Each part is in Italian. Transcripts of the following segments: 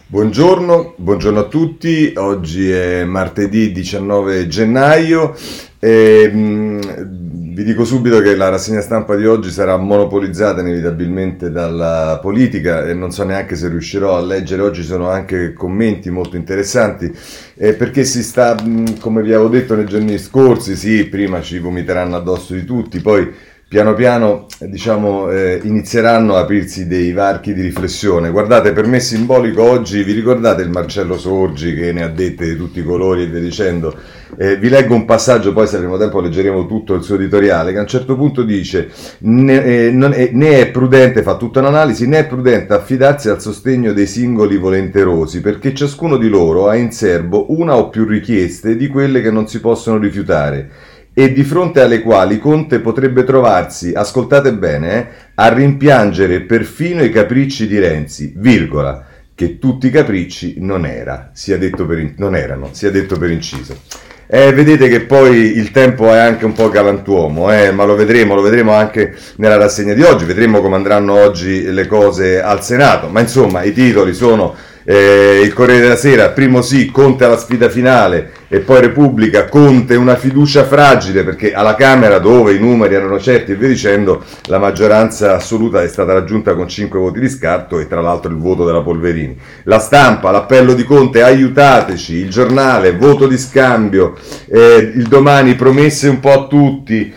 Buongiorno a tutti, oggi è martedì 19 gennaio e vi dico subito che la rassegna stampa di oggi sarà monopolizzata inevitabilmente dalla politica e non so neanche se riuscirò a leggere. Oggi sono anche commenti molto interessanti perché si sta, come vi avevo detto nei giorni scorsi, sì, prima ci vomiteranno addosso di tutti, poi piano piano inizieranno a aprirsi dei varchi di riflessione. Guardate, per me è simbolico oggi, vi ricordate il Marcello Sorgi che ne ha dette di tutti i colori e via dicendo? Vi leggo un passaggio, poi se avremo tempo leggeremo tutto il suo editoriale, che a un certo punto dice né è prudente, fa tutta un'analisi, né è prudente affidarsi al sostegno dei singoli volenterosi, perché ciascuno di loro ha in serbo una o più richieste di quelle che non si possono rifiutare e di fronte alle quali Conte potrebbe trovarsi, ascoltate bene, a rimpiangere perfino i capricci di Renzi, virgola, che tutti i capricci non erano, sia detto per inciso. Vedete che poi il tempo è anche un po' galantuomo, ma lo vedremo anche nella rassegna di oggi, vedremo come andranno oggi le cose al Senato, ma insomma i titoli sono il Corriere della Sera, primo sì, Conte alla sfida finale, e poi Repubblica, Conte una fiducia fragile, perché alla Camera, dove i numeri erano certi e via dicendo, la maggioranza assoluta è stata raggiunta con 5 voti di scarto e tra l'altro il voto della Polverini. La Stampa, l'appello di Conte, aiutateci, il Giornale, voto di scambio, il Domani, promesse un po' a tutti,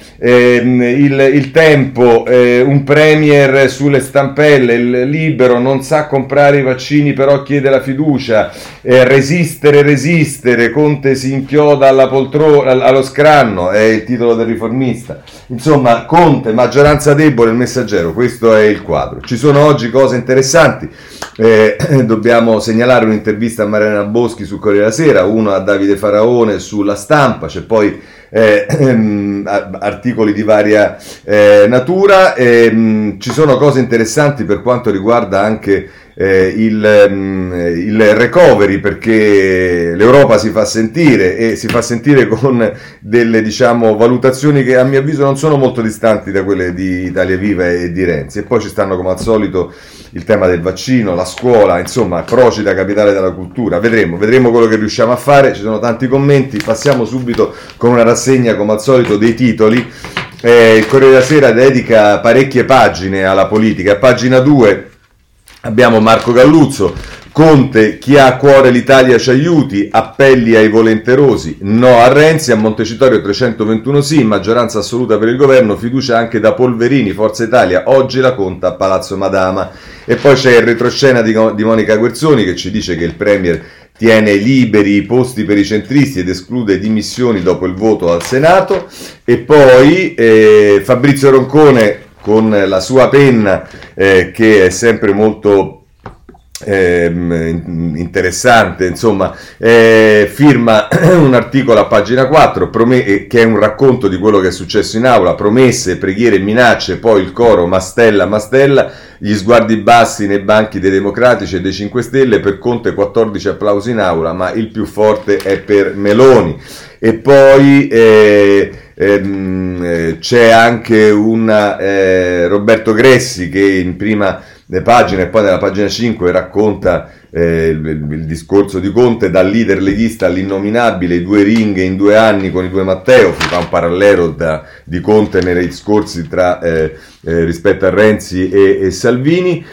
il Tempo, un premier sulle stampelle, il Libero non sa comprare i vaccini però chiede la fiducia, resistere, Conte si inchioda alla poltrona, allo scranno, è il titolo del Riformista. Insomma, Conte, maggioranza debole, il Messaggero, questo è il quadro. Ci sono oggi cose interessanti, dobbiamo segnalare un'intervista a Mariana Boschi sul Corriere della Sera, uno a Davide Faraone sulla Stampa, c'è poi articoli di varia natura, ci sono cose interessanti per quanto riguarda anche il recovery, perché l'Europa si fa sentire e si fa sentire con delle valutazioni che a mio avviso non sono molto distanti da quelle di Italia Viva e di Renzi. E poi ci stanno come al solito il tema del vaccino, la scuola, insomma Procida, capitale della cultura. Vedremo quello che riusciamo a fare. Ci sono tanti commenti, passiamo subito con una rassegna come al solito dei titoli. Il Corriere della Sera dedica parecchie pagine alla politica. A pagina 2 abbiamo Marco Galluzzo, Conte, chi ha a cuore l'Italia ci aiuti, appelli ai volenterosi, no a Renzi, a Montecitorio 321 sì, maggioranza assoluta per il governo, fiducia anche da Polverini, Forza Italia, oggi la conta a Palazzo Madama. E poi c'è il retroscena di Monica Guerzoni che ci dice che il Premier tiene liberi i posti per i centristi ed esclude dimissioni dopo il voto al Senato. E poi Fabrizio Roncone con la sua penna che è sempre molto interessante, insomma, firma un articolo a pagina 4 che è un racconto di quello che è successo in aula, promesse, preghiere, minacce, poi il coro Mastella, gli sguardi bassi nei banchi dei Democratici e dei 5 Stelle, per Conte 14 applausi in aula, ma il più forte è per Meloni. E poi c'è anche Roberto Gressi che in prima pagina e poi nella pagina 5 racconta il discorso di Conte, dal leader leghista all'innominabile, i 2 ringhe in 2 anni con i 2 Matteo, si fa un parallelo di Conte nei discorsi rispetto a Renzi e Salvini.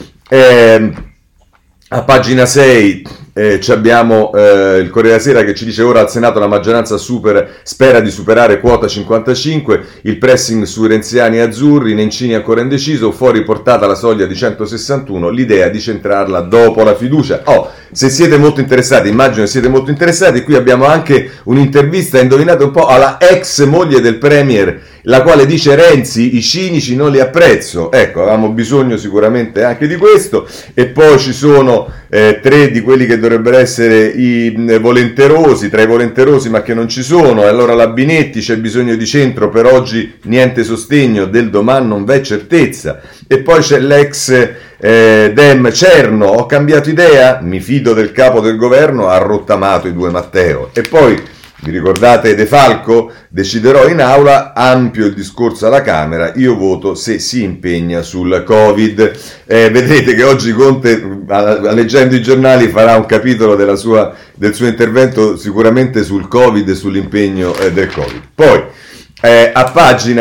A pagina 6 abbiamo il Corriere della Sera che ci dice ora al Senato la maggioranza spera di superare quota 55, il pressing sui renziani e azzurri, Nencini ancora indeciso, fuori portata la soglia di 161, l'idea di centrarla dopo la fiducia. Se siete molto interessati, immagino che siete molto interessati, qui abbiamo anche un'intervista, indovinate un po', alla ex moglie del Premier, la quale dice Renzi, i cinici non li apprezzo. Ecco, avevamo bisogno sicuramente anche di questo. E poi ci sono 3 di quelli che dovrebbero essere i volenterosi, tra i volenterosi ma che non ci sono. E allora la Binetti, c'è bisogno di centro, per oggi niente sostegno, del domani non v'è certezza. E poi c'è l'ex Dem Cerno, ho cambiato idea, mi fido del capo del governo, ha rottamato i 2 Matteo. E poi Vi ricordate De Falco? Deciderò in aula, ampio il discorso alla Camera, io voto se si impegna sul Covid. Vedrete che oggi Conte, leggendo i giornali, farà un capitolo del suo intervento sicuramente sul Covid e sull'impegno del Covid. Poi, a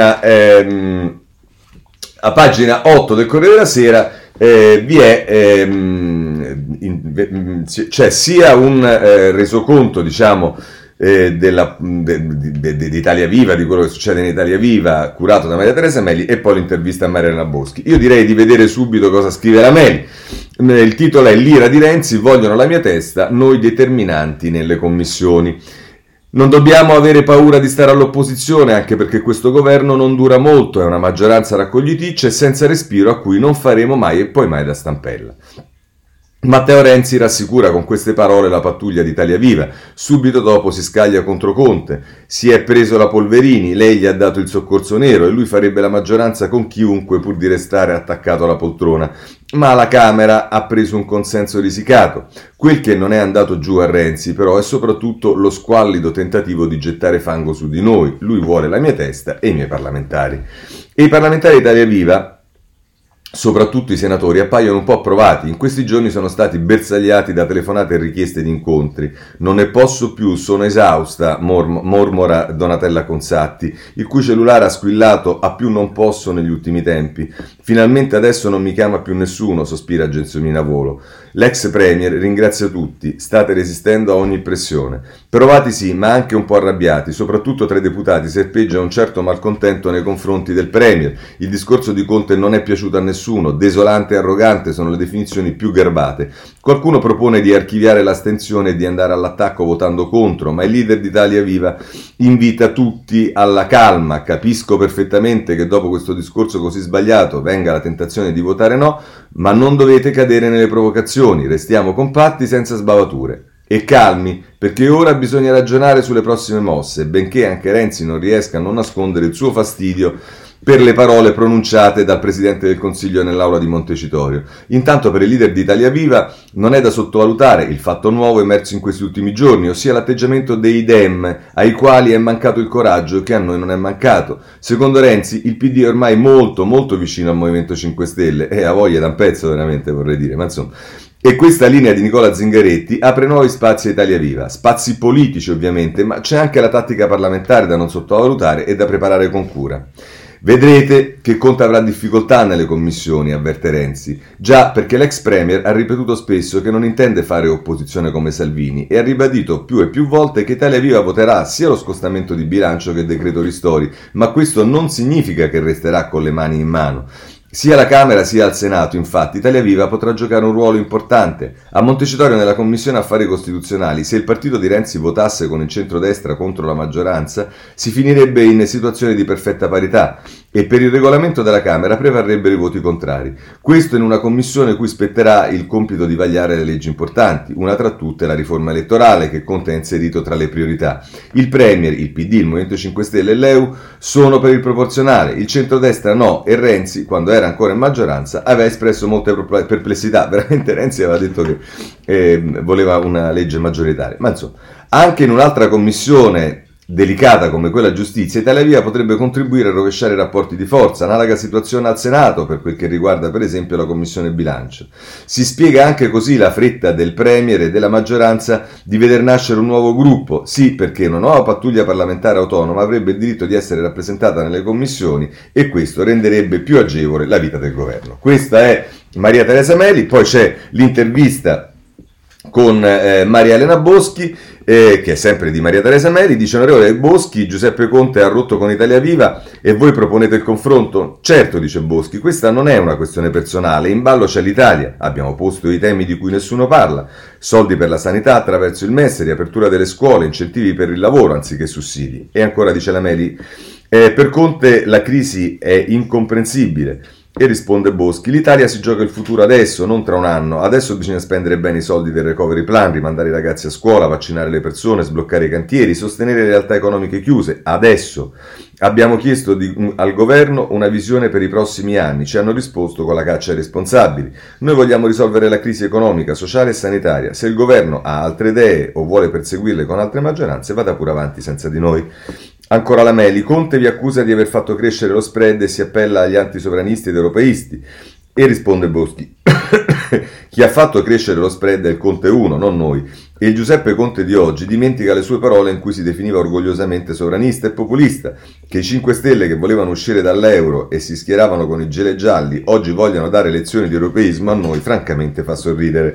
pagina 8 del Corriere della Sera c'è sia un resoconto, diciamo, di Italia Viva, di quello che succede in Italia Viva, curato da Maria Teresa Meli, e poi l'intervista a Maria Elena Boschi. Io direi di vedere subito cosa scrive la Meli. Il titolo è "L'ira di Renzi, vogliono la mia testa, noi determinanti nelle commissioni". Non dobbiamo avere paura di stare all'opposizione, anche perché questo governo non dura molto, è una maggioranza raccogliticcia e senza respiro a cui non faremo mai e poi mai da stampella. Matteo Renzi rassicura con queste parole la pattuglia di Italia Viva, subito dopo si scaglia contro Conte, si è preso la Polverini, lei gli ha dato il soccorso nero e lui farebbe la maggioranza con chiunque pur di restare attaccato alla poltrona, ma la Camera ha preso un consenso risicato. Quel che non è andato giù a Renzi però è soprattutto lo squallido tentativo di gettare fango su di noi, lui vuole la mia testa e i miei parlamentari. E i parlamentari di Italia Viva, soprattutto i senatori, appaiono un po' provati. In questi giorni sono stati bersagliati da telefonate e richieste di incontri. Non ne posso più, sono esausta, mormora Donatella Consatti, il cui cellulare ha squillato a più non posso negli ultimi tempi. Finalmente adesso non mi chiama più nessuno, sospira Gelsomina Volo. L'ex premier ringrazia tutti, state resistendo a ogni pressione. Provati sì, ma anche un po' arrabbiati, soprattutto tra i deputati serpeggia un certo malcontento nei confronti del premier. Il discorso di Conte non è piaciuto a nessuno, desolante e arrogante sono le definizioni più garbate. Qualcuno propone di archiviare l'astensione e di andare all'attacco votando contro, ma il leader d'Italia Viva invita tutti alla calma. Capisco perfettamente che dopo questo discorso così sbagliato venga la tentazione di votare no, ma non dovete cadere nelle provocazioni, restiamo compatti senza sbavature. E calmi, perché ora bisogna ragionare sulle prossime mosse, benché anche Renzi non riesca a non nascondere il suo fastidio per le parole pronunciate dal Presidente del Consiglio nell'aula di Montecitorio. Intanto per il leader di Italia Viva non è da sottovalutare il fatto nuovo emerso in questi ultimi giorni, ossia l'atteggiamento dei Dem, ai quali è mancato il coraggio che a noi non è mancato. Secondo Renzi il PD è ormai molto molto vicino al Movimento 5 Stelle, e ha voglia da un pezzo veramente, vorrei dire, ma insomma. E questa linea di Nicola Zingaretti apre nuovi spazi a Italia Viva, spazi politici ovviamente, ma c'è anche la tattica parlamentare da non sottovalutare e da preparare con cura. Vedrete che Conte avrà difficoltà nelle commissioni, avverte Renzi, già perché l'ex premier ha ripetuto spesso che non intende fare opposizione come Salvini e ha ribadito più e più volte che Italia Viva voterà sia lo scostamento di bilancio che il decreto ristori, ma questo non significa che resterà con le mani in mano. Sia alla Camera sia al Senato, infatti, Italia Viva potrà giocare un ruolo importante. A Montecitorio nella Commissione Affari Costituzionali, se il partito di Renzi votasse con il centrodestra contro la maggioranza, si finirebbe in situazione di perfetta parità e per il regolamento della Camera prevarrebbero i voti contrari. Questo in una commissione cui spetterà il compito di vagliare le leggi importanti, una tra tutte la riforma elettorale che Conte ha inserito tra le priorità. Il Premier, il PD, il Movimento 5 Stelle e l'EU sono per il proporzionale, il centrodestra no, e Renzi, quando era ancora in maggioranza, aveva espresso molte perplessità. Veramente Renzi aveva detto che voleva una legge maggioritaria. Ma insomma, anche in un'altra commissione delicata come quella giustizia, Italia Viva potrebbe contribuire a rovesciare i rapporti di forza, analoga situazione al Senato per quel che riguarda per esempio la Commissione Bilancio. Si spiega anche così la fretta del Premier e della maggioranza di veder nascere un nuovo gruppo, sì perché una nuova pattuglia parlamentare autonoma avrebbe il diritto di essere rappresentata nelle commissioni e questo renderebbe più agevole la vita del governo. Questa è Maria Teresa Meli, poi c'è l'intervista con Maria Elena Boschi, che è sempre di Maria Teresa Meli. Dice: onorevole Boschi, Giuseppe Conte ha rotto con Italia Viva e voi proponete il confronto? Certo, dice Boschi, questa non è una questione personale, in ballo c'è l'Italia, abbiamo posto i temi di cui nessuno parla, soldi per la sanità attraverso il MES, riapertura delle scuole, incentivi per il lavoro anziché sussidi. E ancora dice la Meli, per Conte la crisi è incomprensibile. E risponde Boschi: l'Italia si gioca il futuro adesso, non tra un anno. Adesso bisogna spendere bene i soldi del recovery plan, rimandare i ragazzi a scuola, vaccinare le persone, sbloccare i cantieri, sostenere le realtà economiche chiuse. Adesso. Abbiamo chiesto al governo una visione per i prossimi anni. Ci hanno risposto con la caccia ai responsabili. Noi vogliamo risolvere la crisi economica, sociale e sanitaria. Se il governo ha altre idee o vuole perseguirle con altre maggioranze, vada pure avanti senza di noi. Ancora la Meli: Conte vi accusa di aver fatto crescere lo spread e si appella agli antisovranisti ed europeisti. E risponde Boschi: chi ha fatto crescere lo spread è il Conte 1, non noi. E il Giuseppe Conte di oggi dimentica le sue parole in cui si definiva orgogliosamente sovranista e populista. Che i 5 Stelle che volevano uscire dall'euro e si schieravano con i gilet gialli oggi vogliano dare lezioni di europeismo a noi, francamente fa sorridere.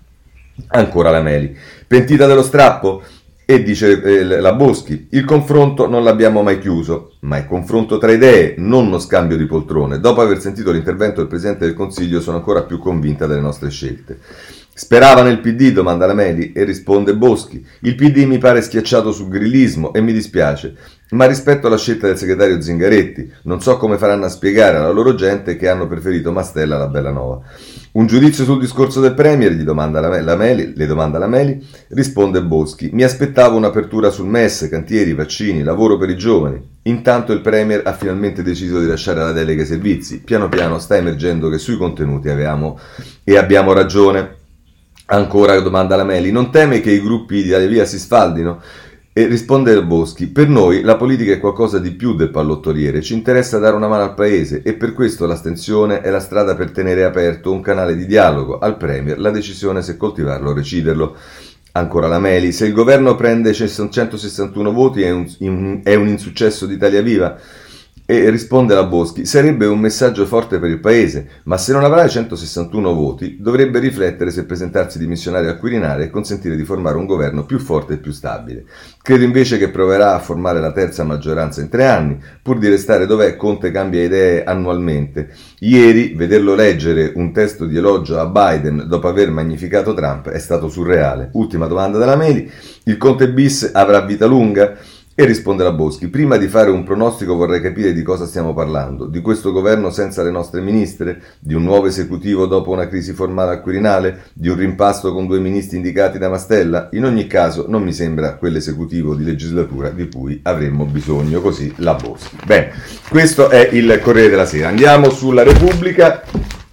Ancora la Meli: pentita dello strappo? E dice la Boschi: il confronto non l'abbiamo mai chiuso, ma è confronto tra idee, non uno scambio di poltrone. Dopo aver sentito l'intervento del Presidente del Consiglio sono ancora più convinta delle nostre scelte. Sperava nel PD? Domanda la Meli e risponde Boschi: il PD mi pare schiacciato sul grillismo e mi dispiace, ma rispetto alla scelta del segretario Zingaretti non so come faranno a spiegare alla loro gente che hanno preferito Mastella alla Bellanova. Un giudizio sul discorso del Premier? Le domanda la Meli, risponde Boschi: mi aspettavo un'apertura sul MES, cantieri, vaccini, lavoro per i giovani. Intanto il Premier ha finalmente deciso di lasciare la delega ai servizi. Piano piano sta emergendo che sui contenuti abbiamo ragione. Ancora domanda la Meli: non teme che i gruppi di Italia Via si sfaldino? E risponde Boschi: per noi la politica è qualcosa di più del pallottoliere, ci interessa dare una mano al paese e per questo l'astensione è la strada per tenere aperto un canale di dialogo. Al Premier la decisione se coltivarlo o reciderlo. Ancora la Meli: se il governo prende 161 voti è un insuccesso di Italia Viva? E risponde la Boschi: sarebbe un messaggio forte per il paese, ma se non avrà i 161 voti dovrebbe riflettere se presentarsi dimissionario al Quirinale e consentire di formare un governo più forte e più stabile. Credo invece che proverà a formare la terza maggioranza in 3 anni, pur di restare dov'è. Conte cambia idee annualmente. Ieri vederlo leggere un testo di elogio a Biden dopo aver magnificato Trump è stato surreale. Ultima domanda della Meli: il Conte bis avrà vita lunga? E risponde la Boschi: prima di fare un pronostico vorrei capire di cosa stiamo parlando. Di questo governo senza le nostre ministre? Di un nuovo esecutivo dopo una crisi formale al Quirinale? Di un rimpasto con 2 ministri indicati da Mastella? In ogni caso non mi sembra quell'esecutivo di legislatura di cui avremmo bisogno. Così la Boschi. Bene, questo è il Corriere della Sera. Andiamo sulla Repubblica.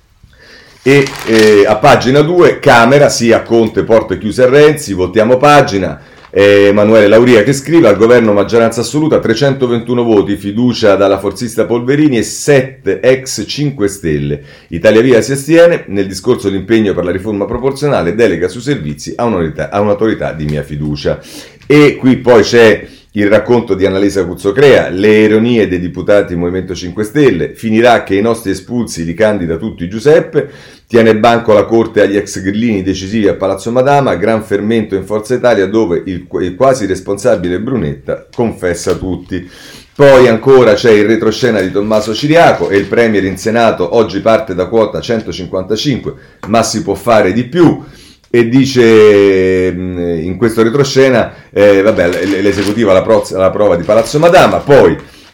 E a pagina 2, Camera, sì a Conte, porte chiuse a Renzi, voltiamo pagina. Emanuele Lauria che scrive: al governo maggioranza assoluta, 321 voti, fiducia dalla forzista Polverini e 7 ex 5 Stelle. Italia Via si astiene, nel discorso l'impegno per la riforma proporzionale, delega sui servizi a un'autorità di mia fiducia. E qui poi c'è il racconto di Annalisa Cuzzocrea: le ironie dei deputati Movimento 5 Stelle, finirà che i nostri espulsi li candida tutti Giuseppe, tiene banco la corte agli ex grillini decisivi a Palazzo Madama, gran fermento in Forza Italia dove il quasi responsabile Brunetta confessa tutti. Poi ancora c'è il retroscena di Tommaso Ciriaco e il Premier in Senato: oggi parte da quota 155, ma si può fare di più. E dice in questo retroscena, l'esecutivo alla prova di Palazzo Madama. Poi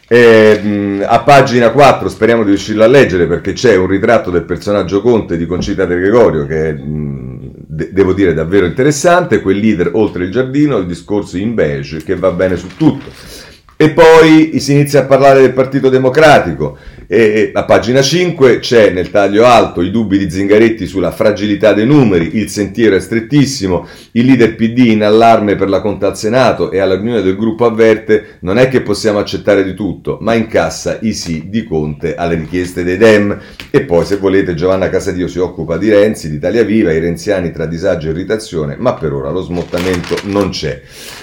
a pagina 4, speriamo di riuscirlo a leggere perché c'è un ritratto del personaggio Conte di Concita De Gregorio che è, devo dire, davvero interessante. Quel leader oltre il giardino, il discorso in beige che va bene su tutto. E poi si inizia a parlare del Partito Democratico e a pagina 5 c'è nel taglio alto i dubbi di Zingaretti sulla fragilità dei numeri, il sentiero è strettissimo, il leader PD in allarme per la conta al Senato e alla riunione del gruppo avverte: non è che possiamo accettare di tutto, ma incassa i sì di Conte alle richieste dei Dem. E poi, se volete, Giovanna Casadio si occupa di Renzi, di Italia Viva, i renziani tra disagio e irritazione, ma per ora lo smottamento non c'è.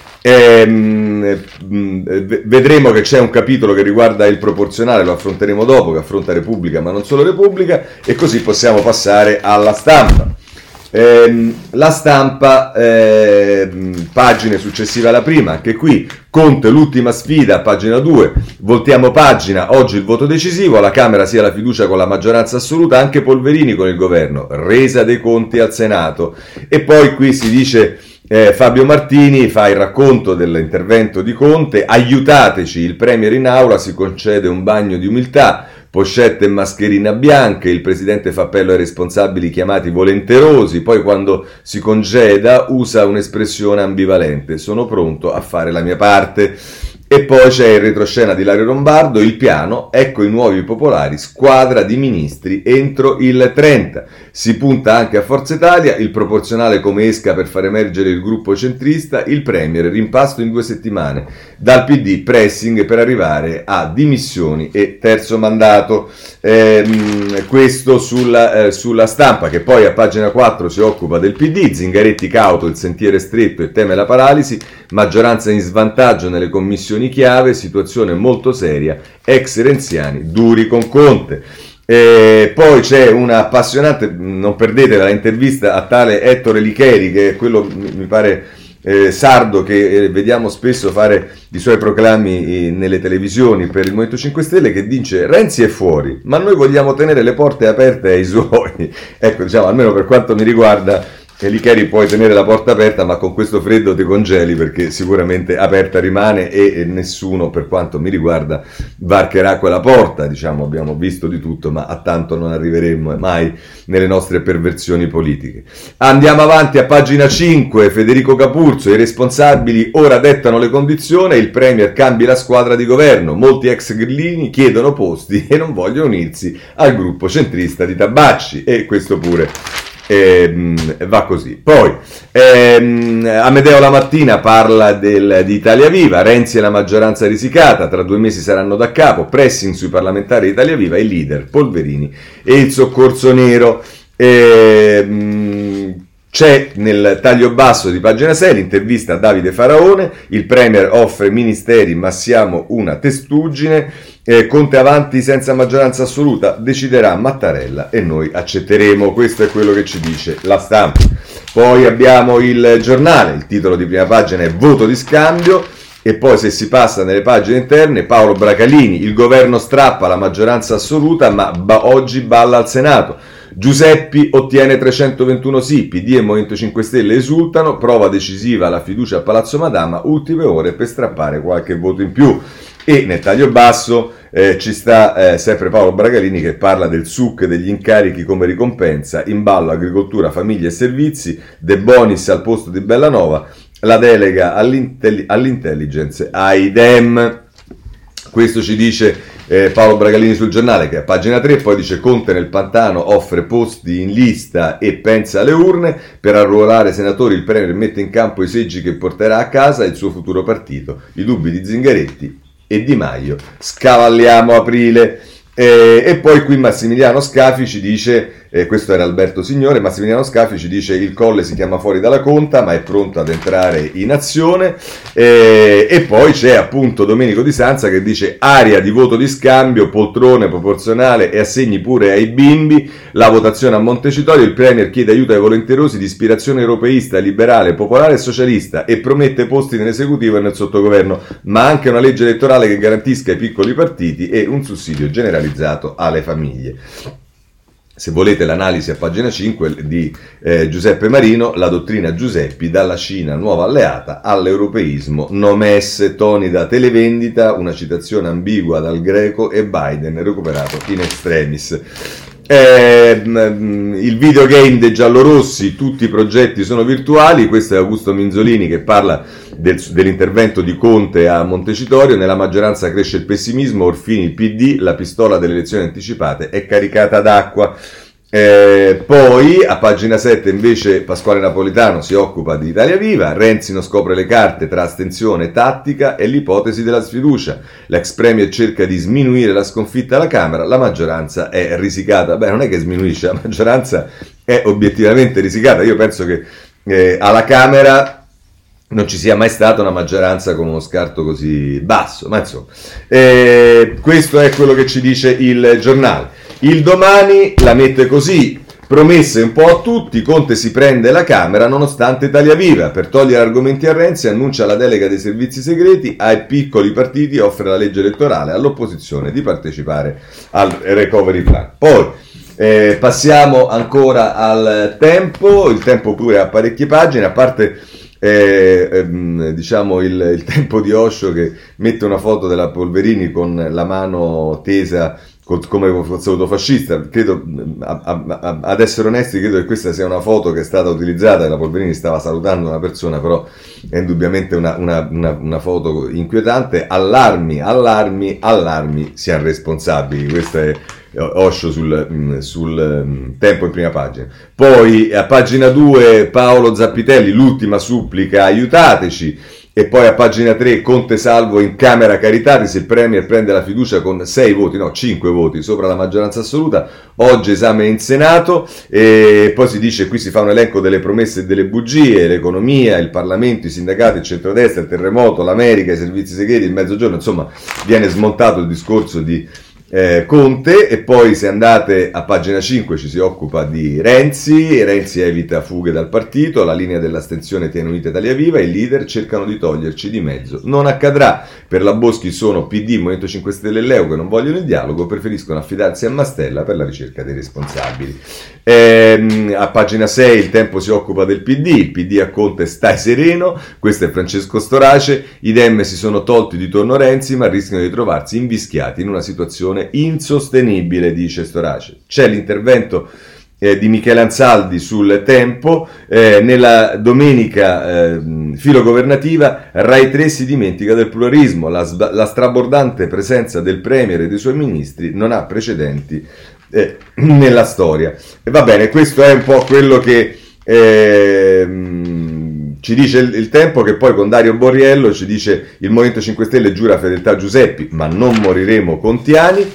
Vedremo che c'è un capitolo che riguarda il proporzionale, lo affronteremo dopo, che affronta Repubblica ma non solo Repubblica, e così possiamo passare alla Stampa. La Stampa, pagine successive alla prima, anche qui Conte l'ultima sfida, pagina 2, voltiamo pagina, oggi il voto decisivo, alla Camera sia la fiducia con la maggioranza assoluta, anche Polverini con il governo, resa dei conti al Senato. E poi qui si dice, Fabio Martini fa il racconto dell'intervento di Conte: aiutateci, il Premier in aula si concede un bagno di umiltà, pochette e mascherina bianche, il presidente fa appello ai responsabili chiamati volenterosi, poi quando si congeda usa un'espressione ambivalente, sono pronto a fare la mia parte. E poi c'è il retroscena di Ilario Lombardo, il piano, ecco i nuovi popolari, squadra di ministri entro il 30. Si punta anche a Forza Italia, il proporzionale come esca per far emergere il gruppo centrista, il premier rimpasto in 2 settimane, dal PD pressing per arrivare a dimissioni e terzo mandato. Questo sulla Stampa, che poi a pagina 4 si occupa del PD, Zingaretti cauto, il sentiero è stretto e teme la paralisi, maggioranza in svantaggio nelle commissioni chiave, situazione molto seria, ex renziani duri con Conte. Poi c'è una appassionante, non perdete la intervista a tale Ettore Licheri, che è quello mi pare sardo che vediamo spesso fare i suoi proclami nelle televisioni per il Movimento 5 Stelle, che dice Renzi è fuori ma noi vogliamo tenere le porte aperte ai suoi. Ecco, diciamo, almeno per quanto mi riguarda, Licheri puoi tenere la porta aperta, ma con questo freddo ti congeli, perché sicuramente aperta rimane e nessuno, per quanto mi riguarda, varcherà quella porta. Diciamo, abbiamo visto di tutto, ma a tanto non arriveremo mai nelle nostre perversioni politiche. Andiamo avanti a pagina 5, Federico Capurzo, i responsabili ora dettano le condizioni, il premier cambi la squadra di governo, molti ex grillini chiedono posti e non vogliono unirsi al gruppo centrista di Tabacci, e questo pure va così. Poi Amedeo La Mattina parla di Italia Viva, Renzi e la maggioranza risicata, tra 2 mesi saranno da capo, pressing sui parlamentari di Italia Viva, i leader Polverini e il soccorso nero. C'è nel taglio basso di pagina 6 l'intervista a Davide Faraone, il premier offre ministeri ma siamo una testuggine, Conte avanti senza maggioranza assoluta, deciderà Mattarella e noi accetteremo. Questo è quello che ci dice la Stampa. Poi abbiamo il Giornale, il titolo di prima pagina è voto di scambio, e poi se si passa nelle pagine interne, Paolo Bracalini, il governo strappa la maggioranza assoluta ma oggi balla al Senato. Giuseppi ottiene 321 sì, PD e Movimento 5 Stelle esultano, prova decisiva la fiducia a Palazzo Madama, ultime ore per strappare qualche voto in più. E nel taglio basso ci sta sempre Paolo Bracalini che parla del SUC, degli incarichi come ricompensa, in ballo agricoltura, famiglie e servizi, De Bonis al posto di Bellanova, la delega all'intelligence ai Dem. Questo ci dice Paolo Bracalini sul Giornale, che a pagina 3 poi dice Conte nel pantano offre posti in lista e pensa alle urne, per arruolare senatori il premier mette in campo i seggi che porterà a casa il suo futuro partito, i dubbi di Zingaretti e Di Maio, scavalliamo aprile. E poi qui Massimiliano Scafi ci dice, questo era Alberto Signore, Massimiliano Scafi ci dice il Colle si chiama fuori dalla conta ma è pronto ad entrare in azione, e poi c'è appunto Domenico Di Sanza che dice aria di voto di scambio, poltrone proporzionale e assegni pure ai bimbi, la votazione a Montecitorio, il premier chiede aiuto ai volenterosi di ispirazione europeista, liberale, popolare e socialista e promette posti nell'esecutivo e nel sottogoverno, ma anche una legge elettorale che garantisca ai piccoli partiti e un sussidio generalizzato alle famiglie. Se volete l'analisi a pagina 5 di Giuseppe Marino, la dottrina Giuseppi, dalla Cina nuova alleata all'europeismo, nomes, toni da televendita, una citazione ambigua dal greco e Biden recuperato in extremis. Il videogame dei giallorossi, tutti i progetti sono virtuali, questo è Augusto Minzolini che parla dell'intervento di Conte a Montecitorio, nella maggioranza cresce il pessimismo, Orfini il PD, la pistola delle elezioni anticipate è caricata d'acqua. Poi a pagina 7 invece Pasquale Napolitano si occupa di Italia Viva, Renzi non scopre le carte tra astensione, tattica e l'ipotesi della sfiducia, l'ex premier cerca di sminuire la sconfitta alla Camera, la maggioranza è risicata. Beh, non è che sminuisce, la maggioranza è obiettivamente risicata. Io penso che alla Camera non ci sia mai stata una maggioranza con uno scarto così basso, ma insomma questo è quello che ci dice il Giornale. Il Domani la mette così, promesse un po' a tutti, Conte si prende la Camera nonostante Italia Viva, per togliere argomenti a Renzi annuncia la delega dei servizi segreti, ai piccoli partiti offre la legge elettorale, all'opposizione di partecipare al recovery plan. Poi passiamo ancora al Tempo, il Tempo pure ha parecchie pagine, a parte diciamo il Tempo di Osho che mette una foto della Polverini con la mano tesa come pseudofascista. Credo, ad essere onesti, credo che questa sia una foto che è stata utilizzata, la Polverini stava salutando una persona, però è indubbiamente una foto inquietante. Allarmi, siamo responsabili. Questo è Osho sul Tempo in prima pagina. Poi a pagina 2 Paolo Zappitelli, l'ultima supplica, aiutateci. E poi a pagina 3 Conte salvo in Camera Caritatis, il Premier prende la fiducia con 5 voti sopra la maggioranza assoluta. Oggi esame in Senato, e poi si dice, qui si fa un elenco delle promesse e delle bugie: l'economia, il Parlamento, i sindacati, il centrodestra, il terremoto, l'America, i servizi segreti, il mezzogiorno. Insomma, viene smontato il discorso di Conte. E poi, se andate a pagina 5, ci si occupa di Renzi evita fughe dal partito, la linea dell'astensione tiene unita Italia Viva, i leader cercano di toglierci di mezzo. Non accadrà. Per la Boschi sono PD, Movimento 5 Stelle e Leo che non vogliono il dialogo, preferiscono affidarsi a Mastella per la ricerca dei responsabili. A pagina 6 il Tempo si occupa del PD, il PD a Conte stai sereno, questo è Francesco Storace, i Dem si sono tolti di torno Renzi ma rischiano di trovarsi invischiati in una situazione insostenibile, dice Storace. C'è l'intervento di Michele Ansaldi sul Tempo, nella domenica filogovernativa Rai 3 si dimentica del pluralismo, la strabordante presenza del Premier e dei suoi ministri non ha precedenti nella storia. E va bene, questo è un po' quello che ci dice il Tempo, che poi con Dario Borriello ci dice: il Movimento 5 Stelle giura fedeltà a Giuseppi, ma non moriremo contiani.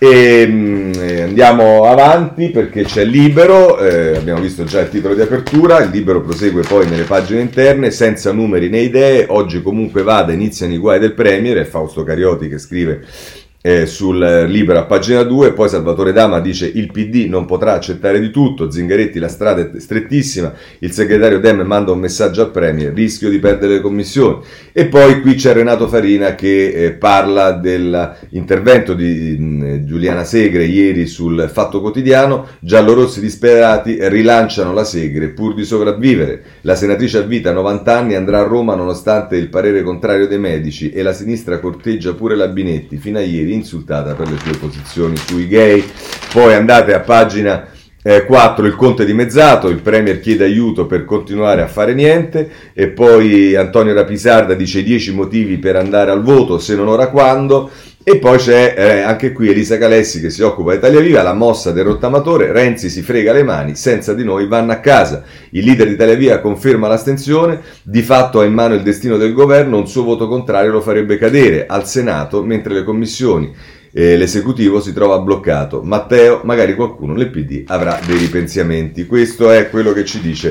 E andiamo avanti perché c'è Libero, abbiamo visto già il titolo di apertura, il Libero prosegue poi nelle pagine interne, senza numeri né idee, oggi comunque vada, iniziano i guai del Premier, è Fausto Carioti che scrive sul Libero a pagina 2. Poi Salvatore Dama dice: il PD non potrà accettare di tutto, Zingaretti la strada è strettissima, il segretario Dem manda un messaggio al Premier, rischio di perdere le commissioni. E poi qui c'è Renato Farina che parla dell'intervento di Giuliana Segre ieri sul Fatto Quotidiano: giallorossi disperati rilanciano la Segre pur di sopravvivere, la senatrice a vita 90 anni andrà a Roma nonostante il parere contrario dei medici e la sinistra corteggia pure la Binetti, fino a ieri insultata per le sue posizioni sui gay. Poi andate a pagina 4, il Conte dimezzato, il Premier chiede aiuto per continuare a fare niente. E poi Antonio Rapisarda dice: 10 motivi per andare al voto, se non ora quando. E poi c'è anche qui Elisa Calessi che si occupa di Italia Viva, la mossa del rottamatore, Renzi si frega le mani, senza di noi vanno a casa. Il leader di Italia Viva conferma l'astensione, di fatto ha in mano il destino del governo, un suo voto contrario lo farebbe cadere al Senato, mentre le commissioni l'esecutivo si trova bloccato. Matteo, magari qualcuno nel PD avrà dei ripensamenti. Questo è quello che ci dice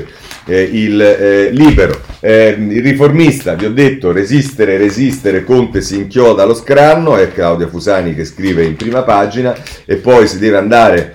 il Libero. Il Riformista, vi ho detto, resistere, Conte si inchioda allo scranno, è Claudia Fusani che scrive in prima pagina. E poi si deve andare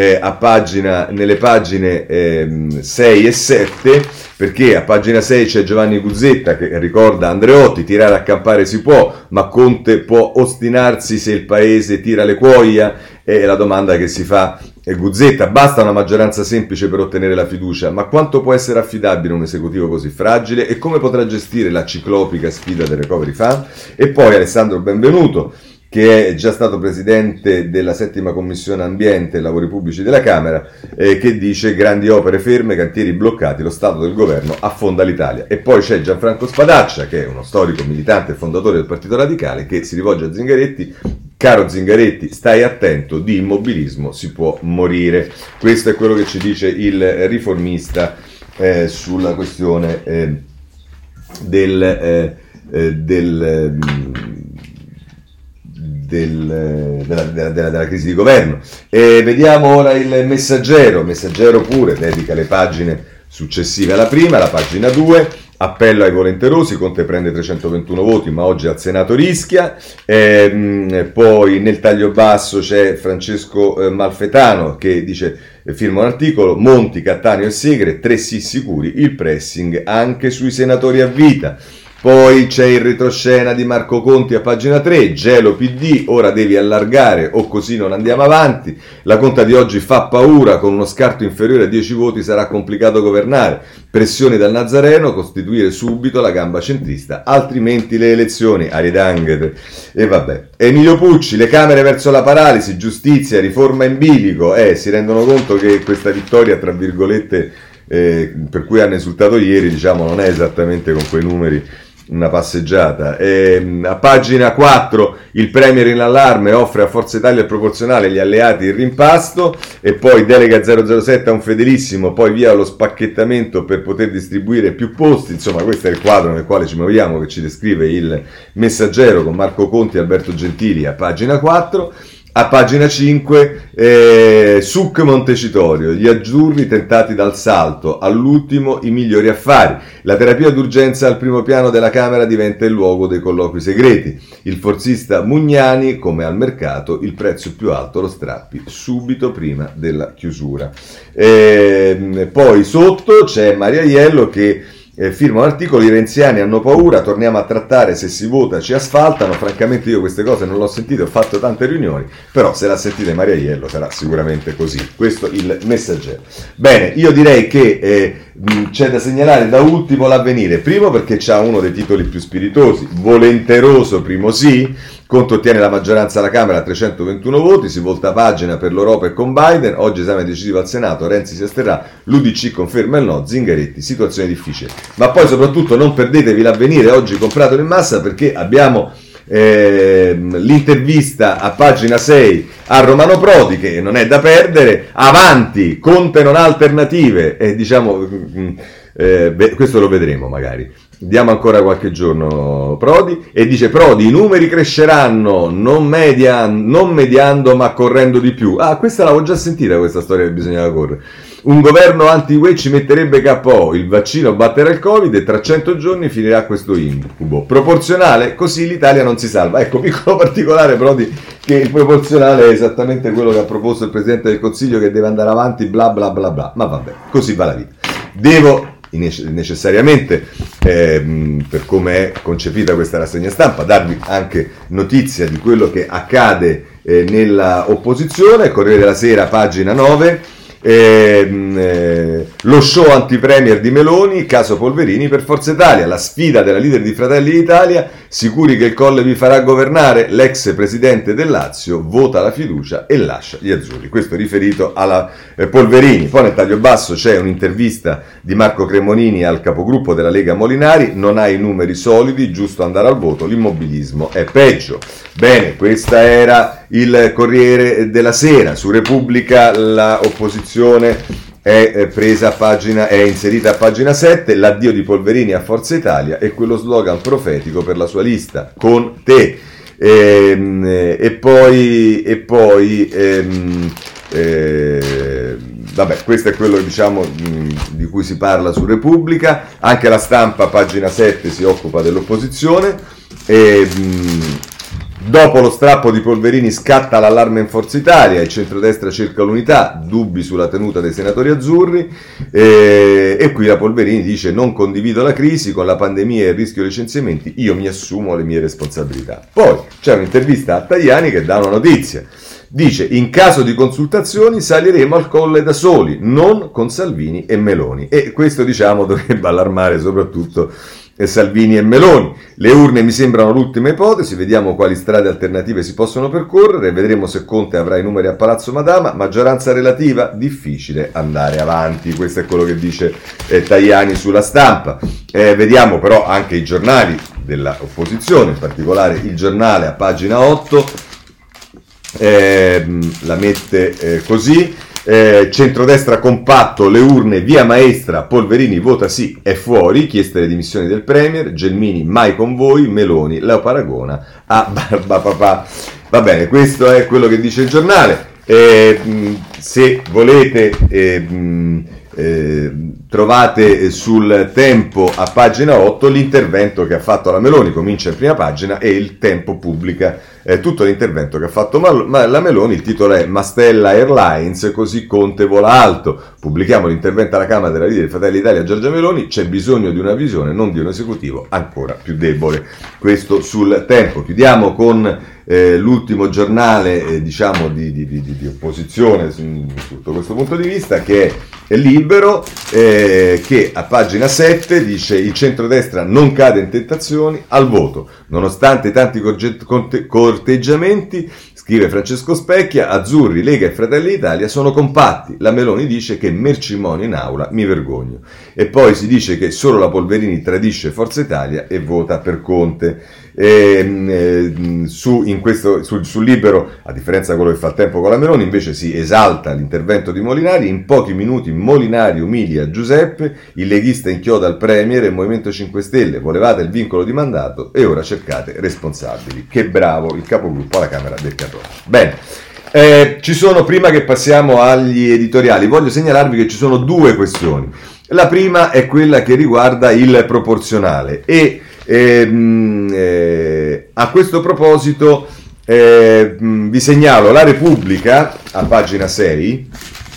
nelle pagine 6 e 7, perché a pagina 6 c'è Giovanni Guzzetta che ricorda Andreotti: tirare a campare si può, ma Conte può ostinarsi se il paese tira le cuoia? È la domanda che si fa Guzzetta. Basta una maggioranza semplice per ottenere la fiducia, ma quanto può essere affidabile un esecutivo così fragile e come potrà gestire la ciclopica sfida del Recovery Fund? E poi Alessandro Benvenuto, che è già stato presidente della 7ª Commissione Ambiente e Lavori Pubblici della Camera, che dice: grandi opere ferme, cantieri bloccati, lo Stato del governo affonda l'Italia. E poi c'è Gianfranco Spadaccia, che è uno storico militante e fondatore del Partito Radicale, che si rivolge a Zingaretti: caro Zingaretti, stai attento, di immobilismo si può morire. Questo è quello che ci dice il Riformista sulla questione della crisi di governo. Vediamo ora il Messaggero pure dedica le pagine successive alla prima, la pagina 2, appello ai volenterosi, Conte prende 321 voti ma oggi al Senato rischia. Poi nel taglio basso c'è Francesco Malfetano che dice, firma un articolo: Monti, Cattaneo e Segre, 3 sì sicuri, il pressing anche sui senatori a vita. Poi c'è il retroscena di Marco Conti a pagina 3, gelo PD, ora devi allargare o così non andiamo avanti, la conta di oggi fa paura, con uno scarto inferiore a 10 voti sarà complicato governare, pressioni dal Nazareno, costituire subito la gamba centrista, altrimenti le elezioni, Aridanghe e vabbè. Emilio Pucci, le Camere verso la paralisi, giustizia, riforma in bilico, si rendono conto che questa vittoria, tra virgolette, per cui hanno esultato ieri, diciamo, non è esattamente con quei numeri una passeggiata. A pagina 4 il Premier in allarme, offre a Forza Italia il proporzionale e gli alleati il rimpasto, e poi delega 007 a un fedelissimo, poi via lo spacchettamento per poter distribuire più posti. Insomma, questo è il quadro nel quale ci muoviamo, che ci descrive il Messaggero con Marco Conti e Alberto Gentili a pagina 4. A pagina 5, Suc Montecitorio, gli azzurri tentati dal salto, all'ultimo i migliori affari, la terapia d'urgenza al primo piano della Camera diventa il luogo dei colloqui segreti, il forzista Mugnani, come al mercato, il prezzo più alto lo strappi subito prima della chiusura. Poi sotto c'è Maria Iello che firma un articolo, i renziani hanno paura, torniamo a trattare, se si vota ci asfaltano. Francamente io queste cose non l'ho sentite, ho fatto tante riunioni, però se la sentite Maria Iello sarà sicuramente così. Questo il Messaggero. Bene, io direi che c'è da segnalare da ultimo l'Avvenire, primo perché c'ha uno dei titoli più spiritosi, volenteroso primo sì, Conte ottiene la maggioranza alla Camera a 321 voti, si volta pagina per l'Europa e con Biden, oggi esame decisivo al Senato, Renzi si asterrà, l'UDC conferma il no, Zingaretti, situazione difficile. Ma poi soprattutto non perdetevi l'Avvenire, oggi compratelo in massa perché abbiamo l'intervista a pagina 6 a Romano Prodi, che non è da perdere, avanti, Conte non ha alternative, e diciamo, questo lo vedremo magari. Diamo ancora qualche giorno Prodi, e dice Prodi, i numeri cresceranno non mediando ma correndo di più. Questa l'avevo già sentita, questa storia che bisognava correre. Un governo anti-UE ci metterebbe KO, il vaccino batterà il Covid e tra 100 giorni finirà questo incubo. Proporzionale, così l'Italia non si salva. Ecco, piccolo particolare Prodi, che il proporzionale è esattamente quello che ha proposto il Presidente del Consiglio, che deve andare avanti bla bla bla bla, ma vabbè, così va la vita. Devo necessariamente, per come è concepita questa rassegna stampa, darvi anche notizia di quello che accade nella opposizione. Corriere della Sera, pagina 9, lo show anti-premier di Meloni, caso Polverini per Forza Italia, la sfida della leader di Fratelli d'Italia, sicuri che il Colle vi farà governare, l'ex presidente del Lazio vota la fiducia e lascia gli azzurri. Questo riferito alla Polverini. Poi nel taglio basso c'è un'intervista di Marco Cremonini al capogruppo della Lega Molinari, non hai numeri solidi, giusto andare al voto, l'immobilismo è peggio. Bene, questa era il Corriere della Sera. Su Repubblica la opposizione è inserita a pagina 7, l'addio di Polverini a Forza Italia e quello slogan profetico per la sua lista, con te. Vabbè, questo è quello, diciamo, di cui si parla su Repubblica. Anche la Stampa, pagina 7, si occupa dell'opposizione. Dopo lo strappo di Polverini scatta l'allarme in Forza Italia, il centrodestra cerca l'unità, dubbi sulla tenuta dei senatori azzurri, e qui la Polverini dice non condivido la crisi, con la pandemia e il rischio licenziamenti io mi assumo le mie responsabilità. Poi c'è un'intervista a Tajani che dà una notizia, dice in caso di consultazioni saliremo al Colle da soli, non con Salvini e Meloni, e questo, diciamo, dovrebbe allarmare soprattutto Salvini e Meloni. Le urne mi sembrano l'ultima ipotesi, vediamo quali strade alternative si possono percorrere, vedremo se Conte avrà i numeri a Palazzo Madama, maggioranza relativa, difficile andare avanti. Questo è quello che dice Tajani sulla Stampa. Vediamo però anche i giornali dell'opposizione, in particolare il Giornale a pagina 8 la mette così. Centrodestra compatto, le urne via maestra, Polverini vota sì, è fuori, chieste le dimissioni del Premier, Gelmini mai con voi, Meloni la paragona a Barbapapà. Va bene, questo è quello che dice il Giornale. Se volete trovate sul Tempo a pagina 8 l'intervento che ha fatto la Meloni, comincia in prima pagina e il Tempo pubblica tutto l'intervento che ha fatto la Meloni. Il titolo è Mastella Airlines, così Conte vola alto. Pubblichiamo l'intervento alla Camera della leader Fratelli d'Italia Giorgia Meloni, c'è bisogno di una visione, non di un esecutivo ancora più debole. Questo sul Tempo. Chiudiamo con l'ultimo giornale diciamo di opposizione sotto questo punto di vista, che è Libero, che a pagina 7 dice: il centrodestra non cade in tentazioni al voto nonostante i tanti corteggiamenti. Scrive Francesco Specchia: Azzurri, Lega e Fratelli d'Italia sono compatti. La Meloni dice che mercimonio in aula, mi vergogno. E poi si dice che solo la Polverini tradisce Forza Italia e vota per Conte. Sul Libero, a differenza di quello che fa il Tempo con la Meloni, invece si esalta l'intervento di Molinari. In pochi minuti Molinari umilia Giuseppe, il leghista inchioda il Premier e il Movimento 5 Stelle. Volevate il vincolo di mandato e ora cercate responsabili. Che bravo il capogruppo alla Camera del Carroccio. Bene, ci sono, prima che passiamo agli editoriali, voglio segnalarvi che ci sono due questioni. La prima è quella che riguarda il proporzionale e a questo proposito vi segnalo La Repubblica a pagina 6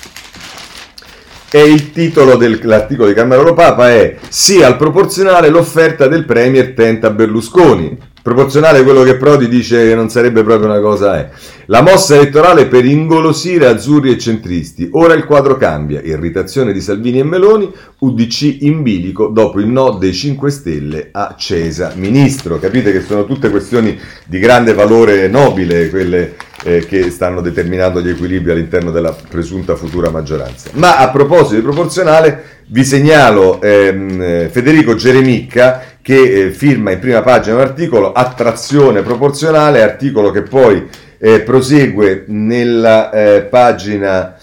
e il titolo dell'articolo di Carmelo Papa è: sì al proporzionale, l'offerta del Premier tenta Berlusconi. Proporzionale, quello che Prodi dice che non sarebbe proprio una cosa è. La mossa elettorale per ingolosire azzurri e centristi. Ora il quadro cambia. Irritazione di Salvini e Meloni, UDC in bilico dopo il no dei 5 Stelle a Cesa ministro. Capite che sono tutte questioni di grande valore nobile, quelle che stanno determinando gli equilibri all'interno della presunta futura maggioranza. Ma a proposito di proporzionale, vi segnalo Federico Geremicca che firma in prima pagina un articolo, attrazione proporzionale, articolo che poi prosegue nella pagina